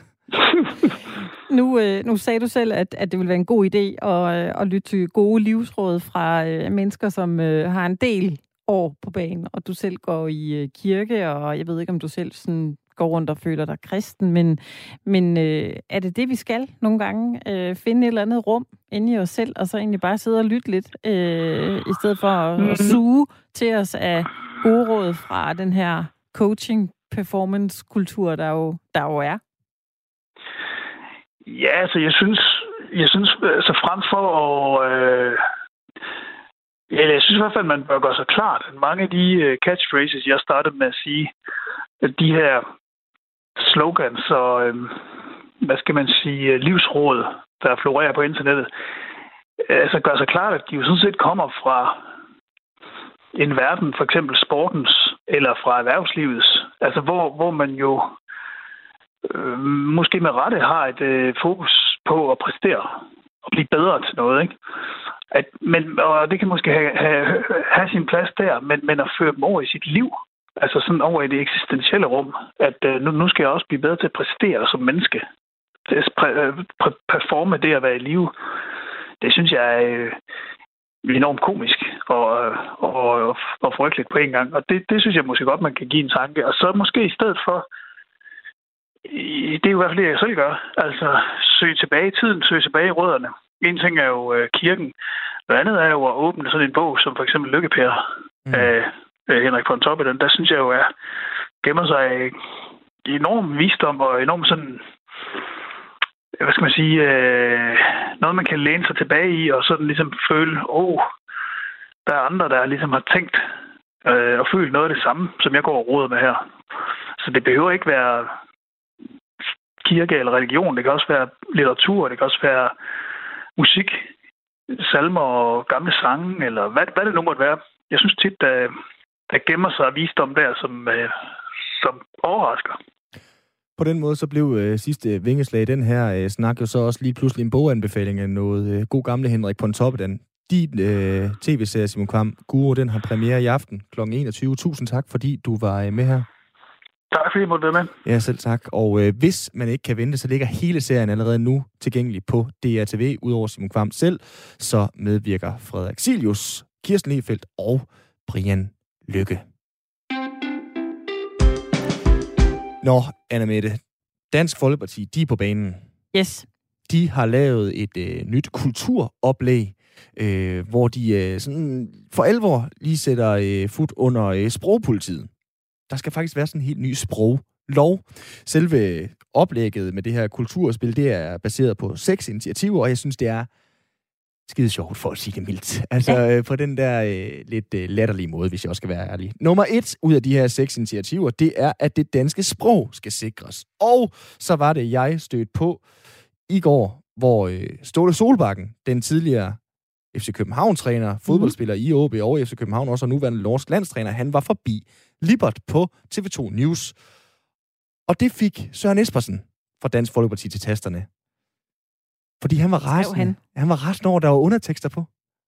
Nu sagde du selv, at det ville være en god idé at lytte til gode livsråd fra mennesker, som har en del år på banen, og du selv går i kirke, og jeg ved ikke, om du selv sådan går rundt og føler dig kristen, men er det det, vi skal nogle gange? Finde et eller andet rum inde i os selv, og så egentlig bare sidde og lytte lidt, i stedet for at suge til os af gode råd fra den her coaching-performance-kultur, der jo er? Ja, altså jeg synes så frem for at... jeg synes i hvert fald, at man bør gøre sig klart, at mange af de catchphrases, jeg startede med at sige, at de her slogans og, hvad skal man sige, livsråd, der florerer på internettet, altså gør sig klart, at de jo sådan set kommer fra en verden, for eksempel sportens, eller fra erhvervslivets, altså hvor man jo måske med rette har et fokus på at præstere og blive bedre til noget, ikke? Og det kan måske have sin plads der, men at føre dem over i sit liv, altså sådan over i det eksistentielle rum, at nu skal jeg også blive bedre til at præstere som menneske. Til at performe det at være i live, det synes jeg er enormt komisk og frygteligt på en gang. Og det synes jeg måske godt, man kan give en tanke. Og så måske i stedet for, det er jo i hvert fald det, jeg selv gør, altså søge tilbage i tiden, søge tilbage i rødderne. En ting er jo kirken. Noget andet er jo at åbne sådan en bog, som for eksempel Lykke-Per af Henrik Pontoppidan. Der synes jeg jo, gemmer sig enorm visdom og enorm sådan, hvad skal man sige, noget man kan læne sig tilbage i, og sådan ligesom føle, der er andre, der ligesom har tænkt og følt noget af det samme, som jeg går og roder med her. Så det behøver ikke være kirke eller religion. Det kan også være litteratur, det kan også være musik, salmer og gamle sange, eller hvad det nu måtte være. Jeg synes tit, der gemmer sig visdom der, som overrasker. På den måde så blev sidste vingeslag i den her snak jo så også lige pludselig en boganbefaling af noget god gamle Henrik Pontoppidan. Din tv-serie, Simon Kvam, Guru, den har premiere i aften kl. 21. Tusind tak, fordi du var med her. Tak fordi I måtte være med. Ja, selv tak. Og hvis man ikke kan vente, så ligger hele serien allerede nu tilgængelig på DRTV. Udover Simon Kvam selv, så medvirker Frederik Silius, Kirsten Lehfeldt og Brian Lykke. Nå, Anna-Mette, Dansk Folkeparti, de er på banen. Yes. De har lavet et nyt kulturoplæg, hvor de sådan for alvor lige sætter fod under sprogpolitiet. Der skal faktisk være sådan en helt ny sproglov. Selve oplægget med det her kulturspil, det er baseret på 6 initiativer, og jeg synes, det er skide sjovt, for at sige det mildt. Altså på den der lidt latterlige måde, hvis jeg også skal være ærlig. Nummer 1 ud af de her 6 initiativer, det er, at det danske sprog skal sikres. Og så var det, jeg stødte på i går, hvor Ståle Solbakken, den tidligere FC København-træner, fodboldspiller i AaB og FC København, også og nuværende norsk landstræner, han var forbi Libert på TV2 News. Og det fik Søren Espersen fra Dansk Folkeparti til tasterne. Fordi han var rasende. Han var rasende over, der var undertekster på.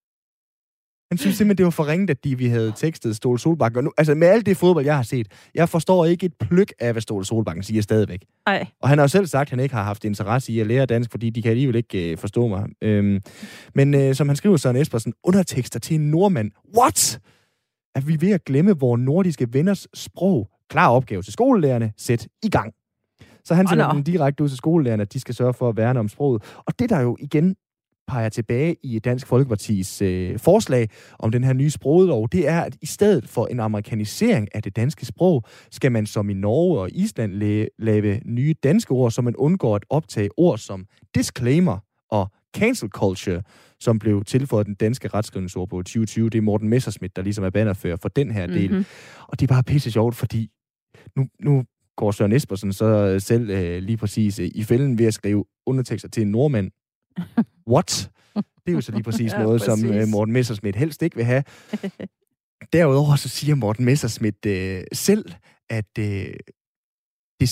Han synes simpelthen, det var for ringet, at vi havde tekstet Ståle Solbakken. Og nu, altså med alt det fodbold, jeg har set, jeg forstår ikke et pløk af, hvad Ståle Solbakken siger stadigvæk. Ej. Og han har jo selv sagt, at han ikke har haft interesse i at lære dansk, fordi de kan alligevel ikke forstå mig. Men som han skriver, Søren Espersen, undertekster til en nordmand. What? Er vi ved at glemme vores nordiske venners sprog? Klar opgave til skolelærerne. Sæt i gang. Så han sender den direkte ud til skolelærerne, at de skal sørge for at værne om sproget. Og det der jo igen peger tilbage i Dansk Folkepartis forslag om den her nye sproglov, det er, at i stedet for en amerikanisering af det danske sprog, skal man som i Norge og Island lave nye danske ord, så man undgår at optage ord som disclaimer og cancel culture, som blev tilføjet den danske retskrivningsord på 2020. Det er Morten Messerschmidt, der ligesom er bannerfører for den her del. Og det er bare pisse sjovt, fordi nu går Søren Espersen så selv lige præcis i fælden ved at skrive undertekster til en nordmand. What? Det er jo så lige præcis noget, som Morten Messerschmidt helst ikke vil have. Derudover så siger Morten Messerschmidt selv, at de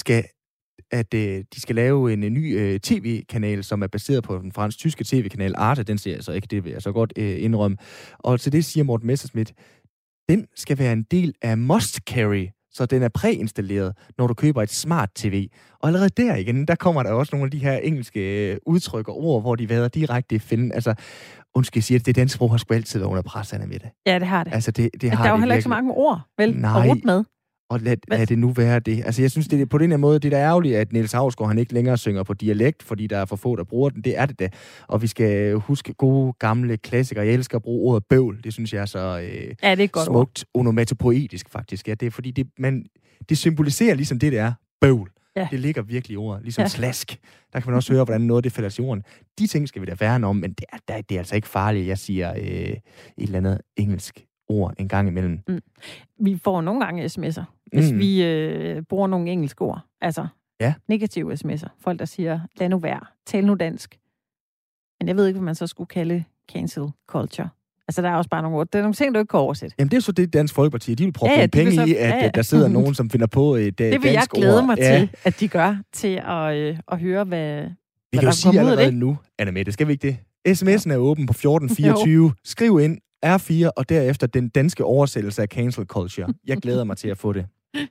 skal lave en ny tv-kanal, som er baseret på den fransk-tyske tv-kanal Arte. Den ser jeg så ikke, det vil jeg så godt indrømme. Og til det siger Morten Messerschmidt, den skal være en del af Must Carry, så den er præinstalleret, når du køber et smart TV. Og allerede der igen, der kommer der også nogle af de her engelske udtryk og ord, hvor de vader direkte i finden. Altså, undskyld, jeg siger, at det danske sprog har sgu altid været under pres, Anna Mette. Ja, det har det. Altså, det har der er jo heller ikke så mange ord, vel? Nej. Og rut med. Og lad det nu være det. Altså, jeg synes, det er på den her måde, det er da ærgerligt, at Niels Hausgaard, han ikke længere synger på dialekt, fordi der er for få, der bruger den. Det er det da. Og vi skal huske gode, gamle klassikere. Jeg elsker at bruge ordet bøvl. Det synes jeg er så det er godt smukt, onomatopoetisk faktisk. Ja, det er fordi, det symboliserer ligesom det er bøvl. Ja. Det ligger virkelig i ordet. Ligesom slask. Der kan man også høre, hvordan noget det falder til jorden. De ting skal vi da værne om, men det er altså ikke farligt. Jeg siger et eller andet engelsk ord en gang imellem. Vi får nogle gange sms'er, hvis vi bruger nogle engelske ord. Altså negative sms'er. Folk, der siger, lad nu være. Tal nu dansk. Men jeg ved ikke, hvad man så skulle kalde cancel culture. Altså, der er også bare nogle ord. Det er nogle ting, du ikke kan oversætte. Jamen, det er så det Dansk Folkeparti. De vil proppe penge i, at der sidder nogen, som finder på et dansk ord. Det vil jeg glæde mig til, at de gør, til at høre, hvad vi kan jo sige allerede nu, Anna Mette, skal vi ikke det? SMS'en er åben på 1424. Skriv ind R4, og derefter den danske oversættelse af cancel culture. Jeg glæder mig til at få det.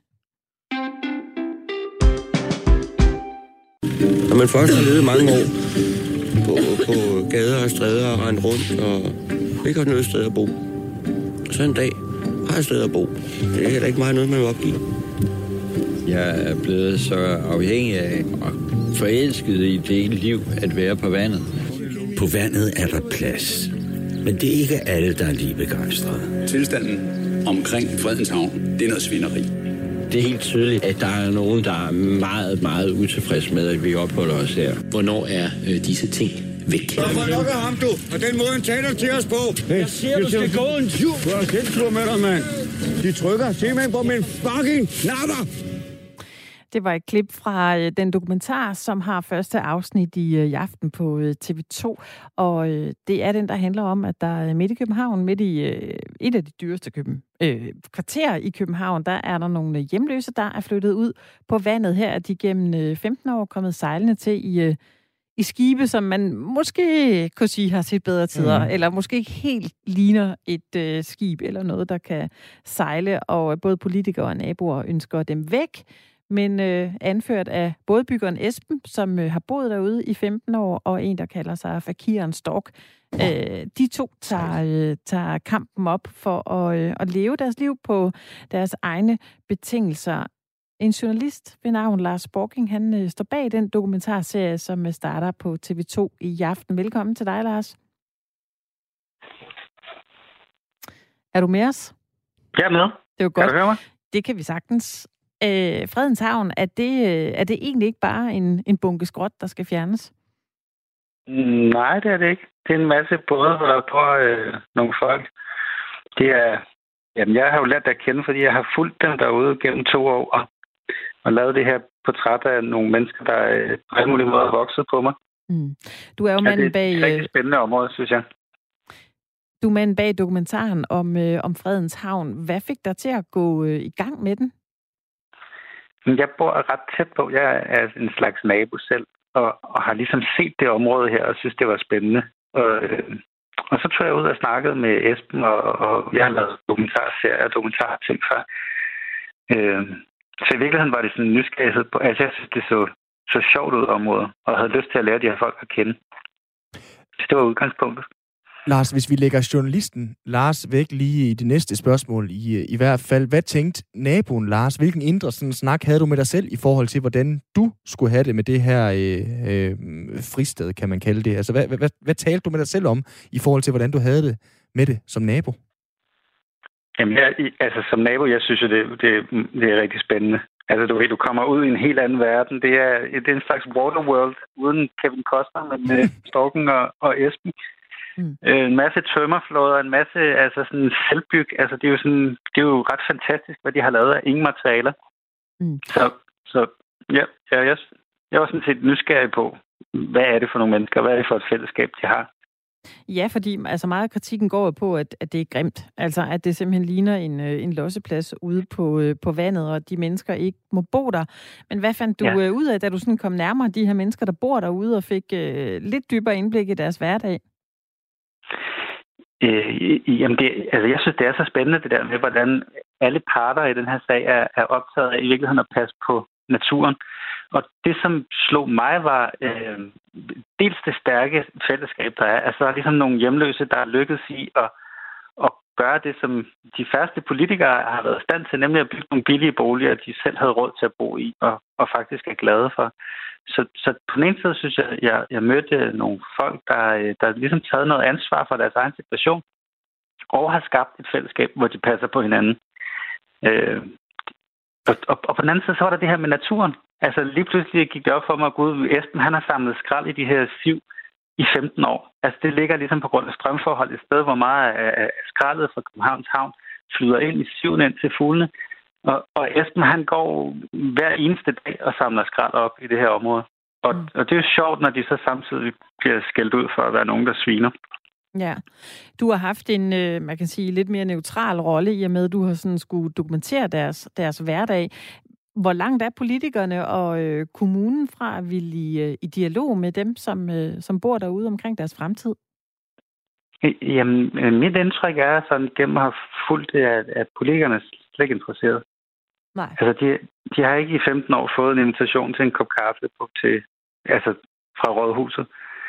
Når man først har levet mange år på gader og stræder og rendt rundt, og ikke har noget sted at bo, så en dag har jeg et sted at bo. Det er heller ikke meget noget, man vil opgive. Jeg er blevet så afhængig af og forelsket i det hele liv at være på vandet. På vandet er der plads, men det er ikke alle, der er lige begejstrede. Tilstanden omkring Fredens Havn, det er noget svineri. Det er helt tydeligt, at der er nogen, der er meget, meget utilfredse med, at vi opholder os her. Hvornår er disse ting væk? Hvorfor lukker ham, du? Og den måde, han taler til os på. Jeg siger, du skal gå en tur. Du har selv tur med dig, mand. De trykker simpelthen på min fucking knapper. Det var et klip fra den dokumentar, som har første afsnit i aften på TV2. Og det er den, der handler om, at der midt i København, midt i et af de dyreste kvarterer i København, der er der nogle hjemløse, der er flyttet ud på vandet her. De gennem 15 år kommet sejlende til i skibe, som man måske kunne sige har set bedre tider, eller måske ikke helt ligner et skib eller noget, der kan sejle. Og både politikere og naboer ønsker dem væk, men anført af bådbyggeren Esben, som har boet derude i 15 år, og en, der kalder sig Fakiren Stork. De to tager kampen op for at leve deres liv på deres egne betingelser. En journalist ved navn Lars Borking, han står bag den dokumentarserie, som starter på TV2 i aften. Velkommen til dig, Lars. Er du med os? Jeg er med. Det er jo godt. Kan du høre mig? Det kan vi sagtens. Fredens Havn, er det egentlig ikke bare en bunke skrot, der skal fjernes? Nej, det er det ikke. Det er en masse både, hvor der bor nogle folk. Det er, jamen, jeg har jo lært det at kende, fordi jeg har fulgt dem derude gennem 2 år og lavet det her portræt af nogle mennesker, der på alle mulige måder er vokset på mig. Du er jo manden bag... Det er et rigtig spændende område, synes jeg. Du er manden bag dokumentaren om Fredens Havn. Hvad fik dig til at gå i gang med den? Jeg bor ret tæt på. Jeg er en slags nabo selv, og har ligesom set det område her, og synes, det var spændende. Og så tog jeg ud og snakkede med Esben, og jeg har lavet dokumentarserier og dokumentarting før. Så i virkeligheden var det sådan en nysgerrighed på. Altså, jeg synes, det så sjovt ud området, og havde lyst til at lære de her folk at kende. Så det var udgangspunktet. Lars, hvis vi lægger journalisten Lars væk lige i det næste spørgsmål i hvert fald. Hvad tænkte naboen Lars? Hvilken indre sådan snak havde du med dig selv i forhold til, hvordan du skulle have det med det her fristed, kan man kalde det? Altså, hvad talte du med dig selv om i forhold til, hvordan du havde det med det som nabo? Jamen, som nabo, jeg synes jo, det er rigtig spændende. Altså, du kommer ud i en helt anden verden. Det er en slags Waterworld uden Kevin Costner, men med Storken og Esben. En masse tømmerflåder, en masse sådan selvbyg. Altså, det er jo ret fantastisk, hvad de har lavet af ingen materialer. Så ja, jeg var sådan set nysgerrig på, hvad er det for nogle mennesker, hvad er det for et fællesskab, de har. Ja, fordi altså meget af kritikken går på, at det er grimt. Altså, at det simpelthen ligner en losseplads ude på vandet, og at de mennesker ikke må bo der. Men hvad fandt du ud af, da du sådan kom nærmere de her mennesker, der bor derude, og fik lidt dybere indblik i deres hverdag? Jamen jeg synes, det er så spændende det der med, hvordan alle parter i den her sag er optaget af i virkeligheden at passe på naturen. Og det, som slog mig, var dels det stærke fællesskab, der er. Altså, der er ligesom nogle hjemløse, der er lykkedes i at gøre det, som de første politikere har været i stand til, nemlig at bygge nogle billige boliger, de selv havde råd til at bo i, og faktisk er glade for. Så på den ene side synes jeg mødte nogle folk, der ligesom taget noget ansvar for deres egen situation, og har skabt et fællesskab, hvor de passer på hinanden. Og på den anden side, så var der det her med naturen. Altså lige pludselig gik det op for mig, at Gud, Esben, han har samlet skrald i de her siv i 15 år. Altså det ligger ligesom på grund af strømforhold et sted, hvor meget af skraldet fra Københavns Havn flyder ind i siven ind til fuglene. Og Esben, han går hver eneste dag og samler skrald op i det her område. Og det er jo sjovt, når de så samtidig bliver skældt ud for at være nogen, der sviner. Ja, du har haft en, man kan sige, lidt mere neutral rolle i og med, at du har sådan skulle dokumentere deres hverdag. Hvor langt er politikerne og kommunen fra at ville i dialog med dem, som bor derude omkring deres fremtid? Jamen, mit indtryk er sådan, gennem at have fulgt det, at politikerne slet ikke interesseret. Nej. Altså, de har ikke i 15 år fået en invitation til en kop kaffe fra Rådhuset.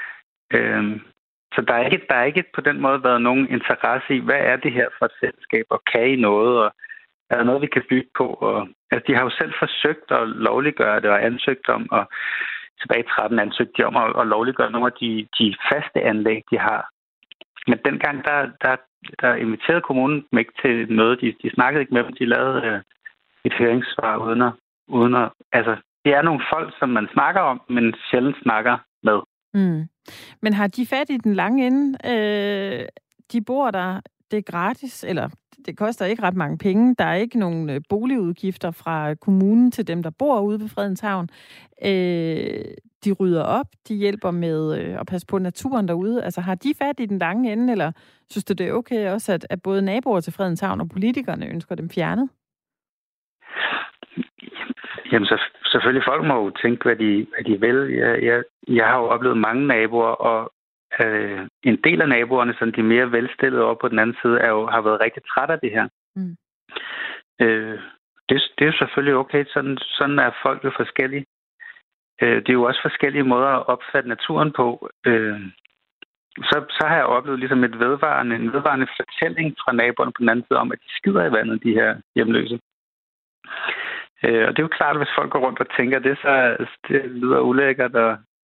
Så der er ikke på den måde været nogen interesse i, hvad er det her for et fællesskab, og kan I noget, og er der noget, vi kan bygge på? Og, altså, de har jo selv forsøgt at lovliggøre det, og ansøgt om, og tilbage i 13 ansøgte de om at lovliggøre nogle af de faste anlæg, de har. Men dengang, der inviterede kommunen dem ikke til et møde. De snakkede ikke med dem. De lavede et høringssvar uden at... Altså, det er nogle folk, som man snakker om, men sjældent snakker med. Mm. Men har de fat i den lange ende? De bor der, det er gratis, eller det koster ikke ret mange penge. Der er ikke nogen boligudgifter fra kommunen til dem, der bor ude ved Fredens Havn. De rydder op, de hjælper med at passe på naturen derude. Altså har de fat i den lange ende, eller synes du, det er okay også, at både naboer til Fredens Havn og politikerne ønsker dem fjernet? Jamen selvfølgelig, folk må jo tænke, hvad de vil. Jeg har jo oplevet mange naboer, og en del af naboerne, sådan de mere velstillede over på den anden side, har været rigtig træt af det her. Mm. Det er jo selvfølgelig okay. Sådan er folk jo forskellige. Det er jo også forskellige måder at opfatte naturen på. Så har jeg oplevet ligesom en vedvarende fortælling fra naboerne på den anden side om, at de skider i vandet, de her hjemløse. Og det er jo klart, at hvis folk går rundt og tænker det, så det lyder ulækkert.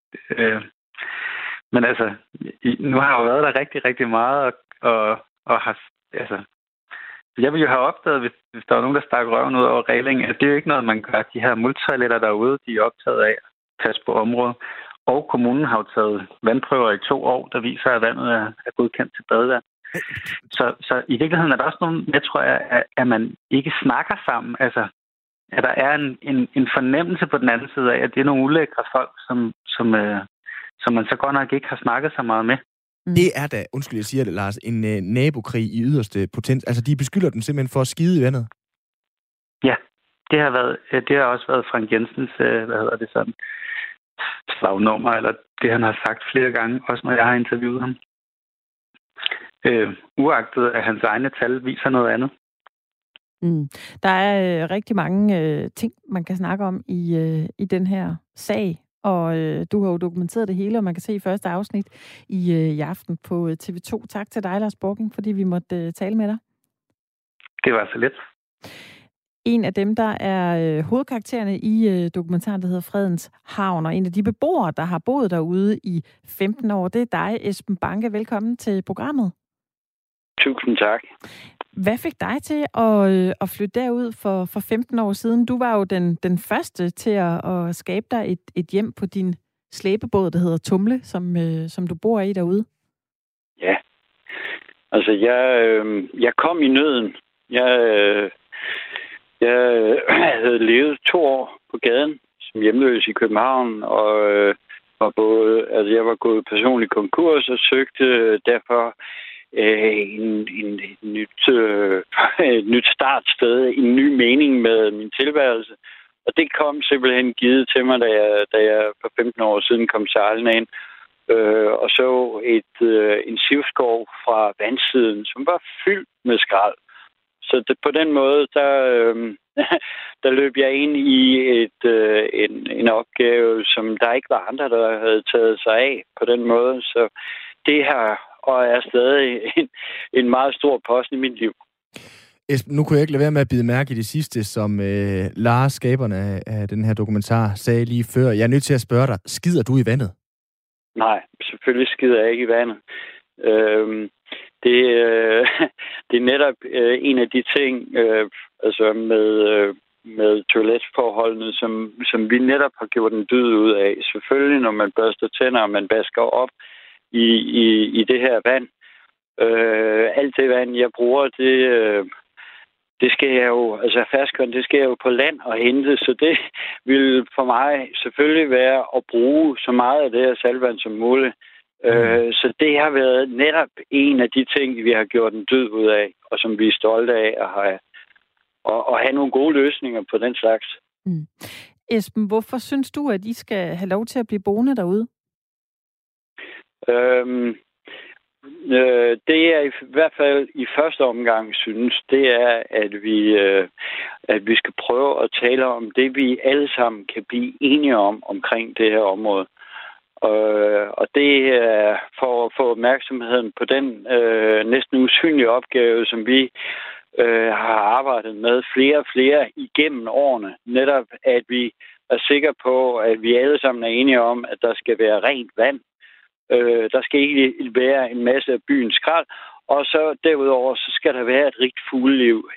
Men altså, nu har jeg jo været der rigtig, rigtig meget, og har, altså, jeg ville jo have opdaget, hvis der var nogen, der stak røven ud over reglingen, at det er jo ikke noget, man gør. De her multitoiletter derude, de er optaget af at passe på området. Og kommunen har jo taget vandprøver i 2 år, der viser, at vandet er godkendt til badevand. Så i virkeligheden er der også nogle, jeg tror, at man ikke snakker sammen. Altså, at der er en fornemmelse på den anden side af, at det er nogle ulækre folk, som man så godt nok ikke har snakket så meget med. Det er da, undskyld, jeg siger det, Lars, en nabokrig i yderste potens. Altså, de beskylder den simpelthen for at skide i vandet. Ja, det har også været Frank Jensens, slagnummer, eller det, han har sagt flere gange, også når jeg har interviewet ham. Uagtet at hans egne tal viser noget andet. Mm. Der er rigtig mange ting, man kan snakke om i den her sag, og du har jo dokumenteret det hele, og man kan se i første afsnit i aften på TV2. Tak til dig, Lars Borking, fordi vi måtte tale med dig. Det var så lidt. En af dem, der er hovedkaraktererne i dokumentaren, der hedder Fredens Havn, og en af de beboere, der har boet derude i 15 år, det er dig, Esben Banke. Velkommen til programmet. Tusind tak. Hvad fik dig til at flytte derud for 15 år siden? Du var jo den første til at skabe dig et hjem på din slæbebåd, der hedder Tumle, som du bor i derude. Ja, altså jeg kom i nøden. Jeg havde levet 2 år på gaden som hjemløs i København, og jeg var gået personlig konkurs og søgte derfor et nyt startsted, en ny mening med min tilværelse. Og det kom simpelthen givet til mig, da jeg for 15 år siden kom sejlende ind og så en sivskov fra vandsiden, som var fyldt med skrald. Så på den måde, der løb jeg ind i en opgave, som der ikke var andre, der havde taget sig af på den måde. Så det her og er stadig en meget stor post i mit liv. Esben, nu kunne jeg ikke lade være med at bide mærke i det sidste, som Lars, skaberne af den her dokumentar, sagde lige før. Jeg er nødt til at spørge dig, skider du i vandet? Nej, selvfølgelig skider jeg ikke i vandet. Det er netop en af de ting, altså med toiletforholdene, som vi netop har gjort en dyd ud af. Selvfølgelig, når man børster tænder, og man vasker op i det her vand. Alt det vand, jeg bruger, det skal jeg jo, altså ferskvand, det skal jeg jo på land og hente, så det vil for mig selvfølgelig være at bruge så meget af det her saltvand som muligt. Så det har været netop en af de ting, vi har gjort en dyd ud af, og som vi er stolte af at have nogle gode løsninger på den slags. Mm. Esben, hvorfor synes du, at I skal have lov til at blive boende derude? Det jeg i hvert fald i første omgang synes, det er, at vi skal prøve at tale om det, vi alle sammen kan blive enige omkring det her område. Og det er for at få opmærksomheden på den næsten usynlige opgave, som vi har arbejdet med flere og flere igennem årene. Netop at vi er sikre på, at vi alle sammen er enige om, at der skal være rent vand. Der skal ikke være en masse af byens skrald. Og så derudover, så skal der være et rigt fugleliv,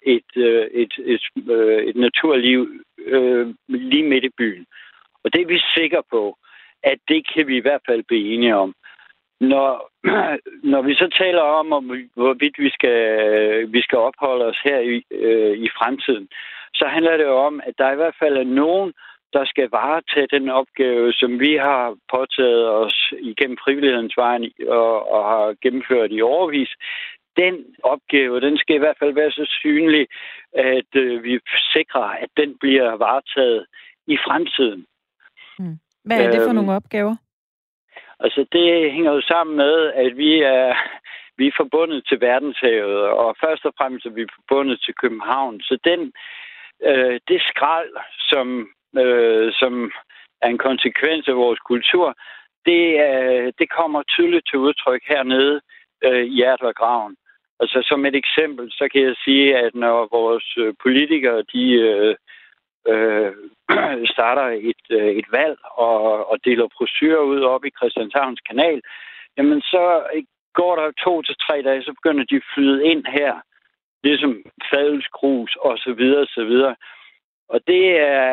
et naturliv lige midt i byen. Og det er vi sikre på, at det kan vi i hvert fald blive enige om. Når vi så taler om, hvorvidt vi skal opholde os her i fremtiden, så handler det jo om, at der i hvert fald er nogen, der skal varetage den opgave, som vi har påtaget os igennem frivillighedens vejen og har gennemført i årevis. Den opgave, den skal i hvert fald være så synlig, at vi sikrer, at den bliver varetaget i fremtiden. Hvad er det for nogle opgaver? Altså, det hænger jo sammen med, at vi er forbundet til verdenshavet, og først og fremmest er vi forbundet til København. Så det skrald, som er en konsekvens af vores kultur, det kommer tydeligt til udtryk hernede i Hjerteværgraven. Altså, som et eksempel, så kan jeg sige, at når vores politikere, de starter et valg og deler brochurer ud op i Christianshavns Kanal, jamen så går der 2 til 3 dage, så begynder de at flyde ind her, ligesom fadelskrus og så videre, så videre. Og det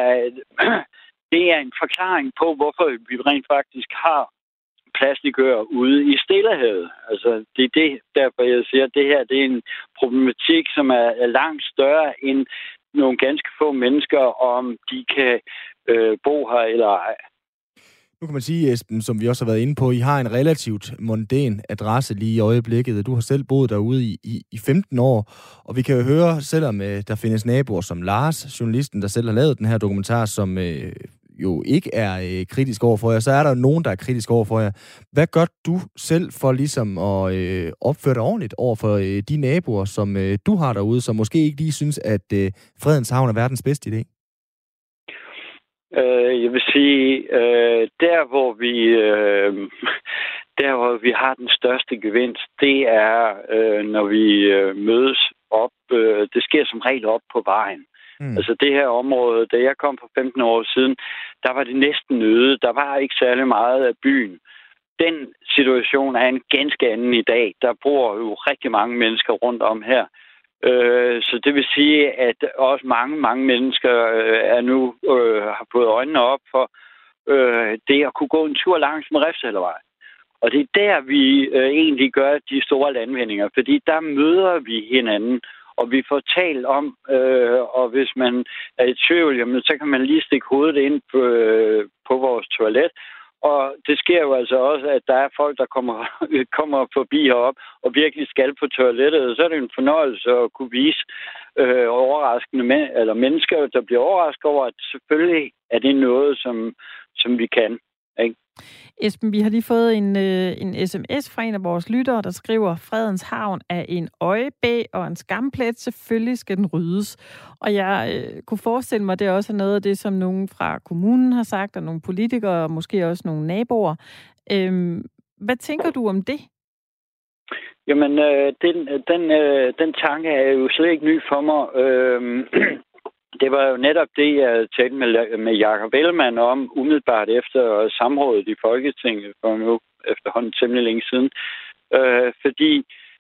er en forklaring på, hvorfor vi rent faktisk har plastikøer ude i Stillehavet. Altså, det er det, derfor jeg siger, at det her det er en problematik, som er langt større end nogle ganske få mennesker, om de kan bo her eller ej. Nu kan man sige, Esben, som vi også har været inde på, I har en relativt mondæn adresse lige i øjeblikket. Du har selv boet derude i 15 år, og vi kan jo høre, selvom der findes naboer som Lars, journalisten, der selv har lavet den her dokumentar, som jo ikke er kritisk over for jer, så er der jo nogen, der er kritisk over for jer. Hvad gør du selv for ligesom at opføre dig ordentligt over for de naboer, som du har derude, som måske ikke lige synes, at Fredens Havn er verdens bedste idé? Jeg vil sige, der hvor vi har den største gevinst, det er, når vi mødes op. Det sker som regel op på vejen. Altså det her område, da jeg kom for 15 år siden, der var det næsten øde. Der var ikke særlig meget af byen. Den situation er en ganske anden i dag. Der bor jo rigtig mange mennesker rundt om her. Så det vil sige, at også mange mennesker er nu har fået øjnene op for det at kunne gå en tur langs med Refshalevej. Og det er der, vi egentlig gør de store landvindinger, fordi der møder vi hinanden, og vi får talt om, og hvis man er i tvivl, jamen, så kan man lige stikke hovedet ind på vores toilet. Og det sker jo altså også, at der er folk, der kommer forbi herop og virkelig skal på toilettet. Og så er det en fornøjelse at kunne vise overraskende mennesker, der bliver overrasket over, at selvfølgelig er det noget, som vi kan. Ikke? Esben, vi har lige fået en sms fra en af vores lyttere, der skriver, Fredens Havn er en øjebæ og en skamplet. Selvfølgelig skal den ryddes. Og jeg kunne forestille mig, at det også er noget af det, som nogen fra kommunen har sagt, og nogle politikere, og måske også nogle naboer. Hvad tænker du om det? Jamen, den tanke er jo slet ikke ny for mig. Det var jo netop det, jeg talte med Jakob Ellemann om, umiddelbart efter samrådet i Folketinget, for nu efterhånden temmelig længe siden. Fordi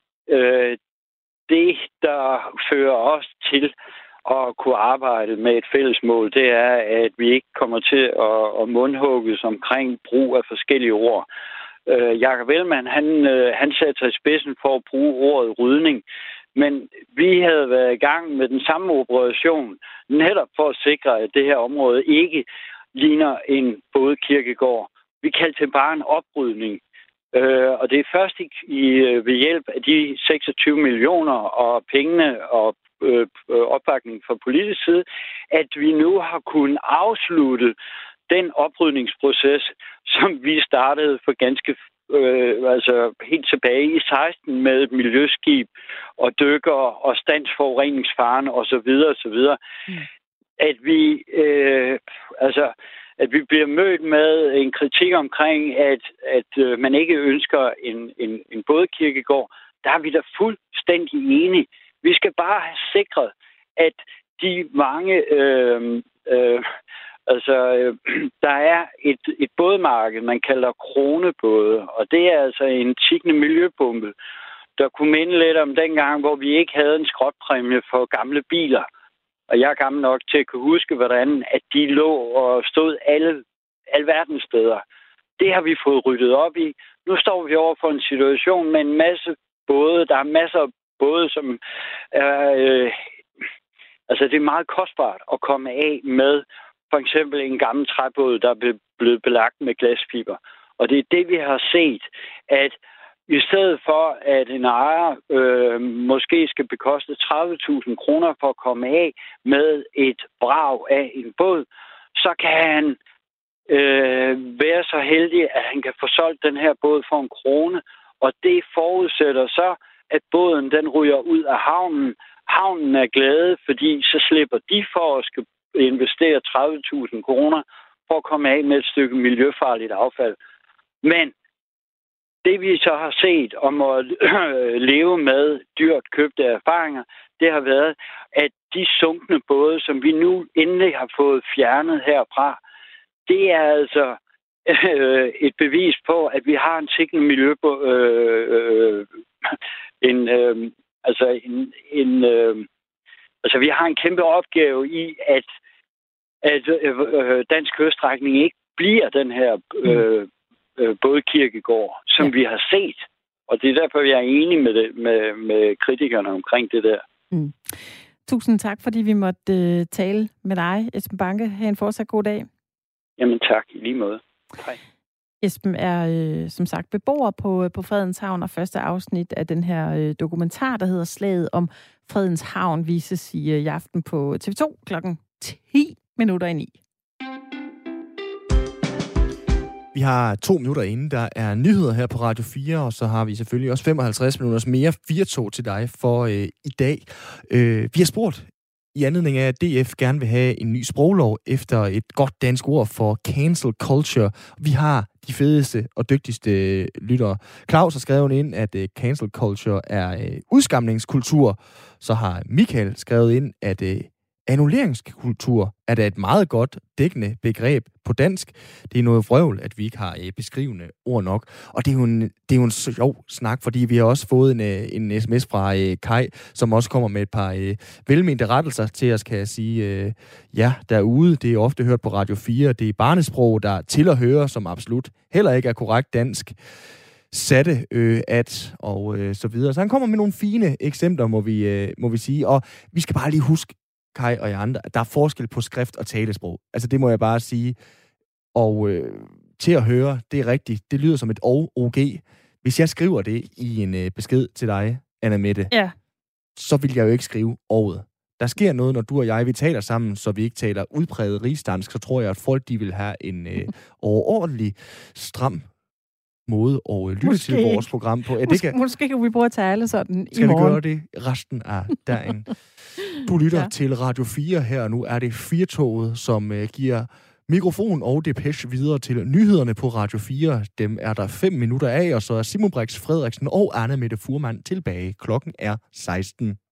det, der fører os til at kunne arbejde med et fælles mål, det er, at vi ikke kommer til at mundhugges omkring brug af forskellige ord. Jakob Ellemann, han satte sig i spidsen for at bruge ordet rydning. Men vi havde været i gang med den samme operation, netop for at sikre, at det her område ikke ligner en bådekirkegård. Vi kaldte det bare en oprydning. Og det er først ved hjælp af de 26 millioner og pengene og opbakning fra politisk side, at vi nu har kunnet afslutte den oprydningsproces, som vi startede for ganske helt tilbage i 16 med et miljøskib og dykker og standsforureningsfaren og så videre og så videre. At vi bliver mødt med en kritik omkring, at man ikke ønsker en bådekirkegård, der er vi da fuldstændig enige. Vi skal bare have sikret, at de mange der er et bådmarked, man kalder kronebåde, og det er altså en tikkende miljøbombe, der kunne minde lidt om dengang, hvor vi ikke havde en skrotpræmie for gamle biler. Og jeg er gammel nok til at kunne huske, hvordan at de lå og stod alle verdens steder. Det har vi fået ryddet op i. Nu står vi over for en situation med en masse både. Der er masser af både, som er... det er meget kostbart at komme af med for eksempel en gammel træbåd, der er blevet belagt med glasfiber. Og det er det, vi har set, at i stedet for, at en ejer måske skal bekoste 30.000 kroner for at komme af med et brag af en båd, så kan han være så heldig, at han kan få solgt den her båd for 1 krone. Og det forudsætter så, at båden den ryger ud af havnen. Havnen er glade, fordi så slipper de for at skal investere 30.000 kroner for at komme af med et stykke miljøfarligt affald. Men det vi så har set og må leve med dyrt købte erfaringer, det har været, at de sunkne både, som vi nu endelig har fået fjernet herfra, det er altså et bevis på, at vi har en tikkende vi har en kæmpe opgave i, at dansk kyststrækning ikke bliver den her bådekirkegård, som vi har set. Og det er derfor, jeg er enig med kritikerne omkring det der. Mm. Tusind tak, fordi vi måtte tale med dig, Esben Banke. Ha' en fortsat god dag. Jamen tak, i lige måde. Hej. Esben er som sagt beboer på Fredens Havn, og første afsnit af den her dokumentar, der hedder Slaget om Fredens Havn, vises i aften på TV2 klokken 9:10. Vi har 2 minutter inden. Der er nyheder her på Radio 4, og så har vi selvfølgelig også 55 minutters mere 4-tog til dig for i dag. Vi har spurgt i anledning af, at DF gerne vil have en ny sproglov efter et godt dansk ord for cancel culture. Vi har de fedeste og dygtigste lyttere. Claus har skrevet ind, at cancel culture er udskamningskultur. Så har Michael skrevet ind, at annulleringskultur er da et meget godt dækkende begreb på dansk. Det er noget vrøvl, at vi ikke har beskrivende ord nok. Og det er jo en sjov snak, fordi vi har også fået en sms fra Kai, som også kommer med et par velmente rettelser til os, kan jeg sige. Derude, det er ofte hørt på Radio 4. Det er barnesprog, der til at høre, som absolut heller ikke er korrekt dansk. Satte, og så videre. Så han kommer med nogle fine eksempler, må vi sige. Og vi skal bare lige huske, Kai og jer andre, at der er forskel på skrift og talesprog. Altså, det må jeg bare sige. Og til at høre, det er rigtigt. Det lyder som et OG. Hvis jeg skriver det i en besked til dig, Anna Mette, så vil jeg jo ikke skrive ordet. der sker noget, når du og jeg, vi taler sammen, så vi ikke taler udpræget rigsdansk, så tror jeg, at folk, de vil have en overordentlig stram måde at lytte til vores program på. Ja, måske kan vi prøve at tale sådan i morgen. Skal vi gøre det resten af dagen? Du lytter til Radio 4 her, og nu er det 4-toget, som giver mikrofon og depeche videre til nyhederne på Radio 4. Dem er der 5 minutter af, og så er Simon Brix Frederiksen og Anna Mette Furman tilbage. Klokken er 16.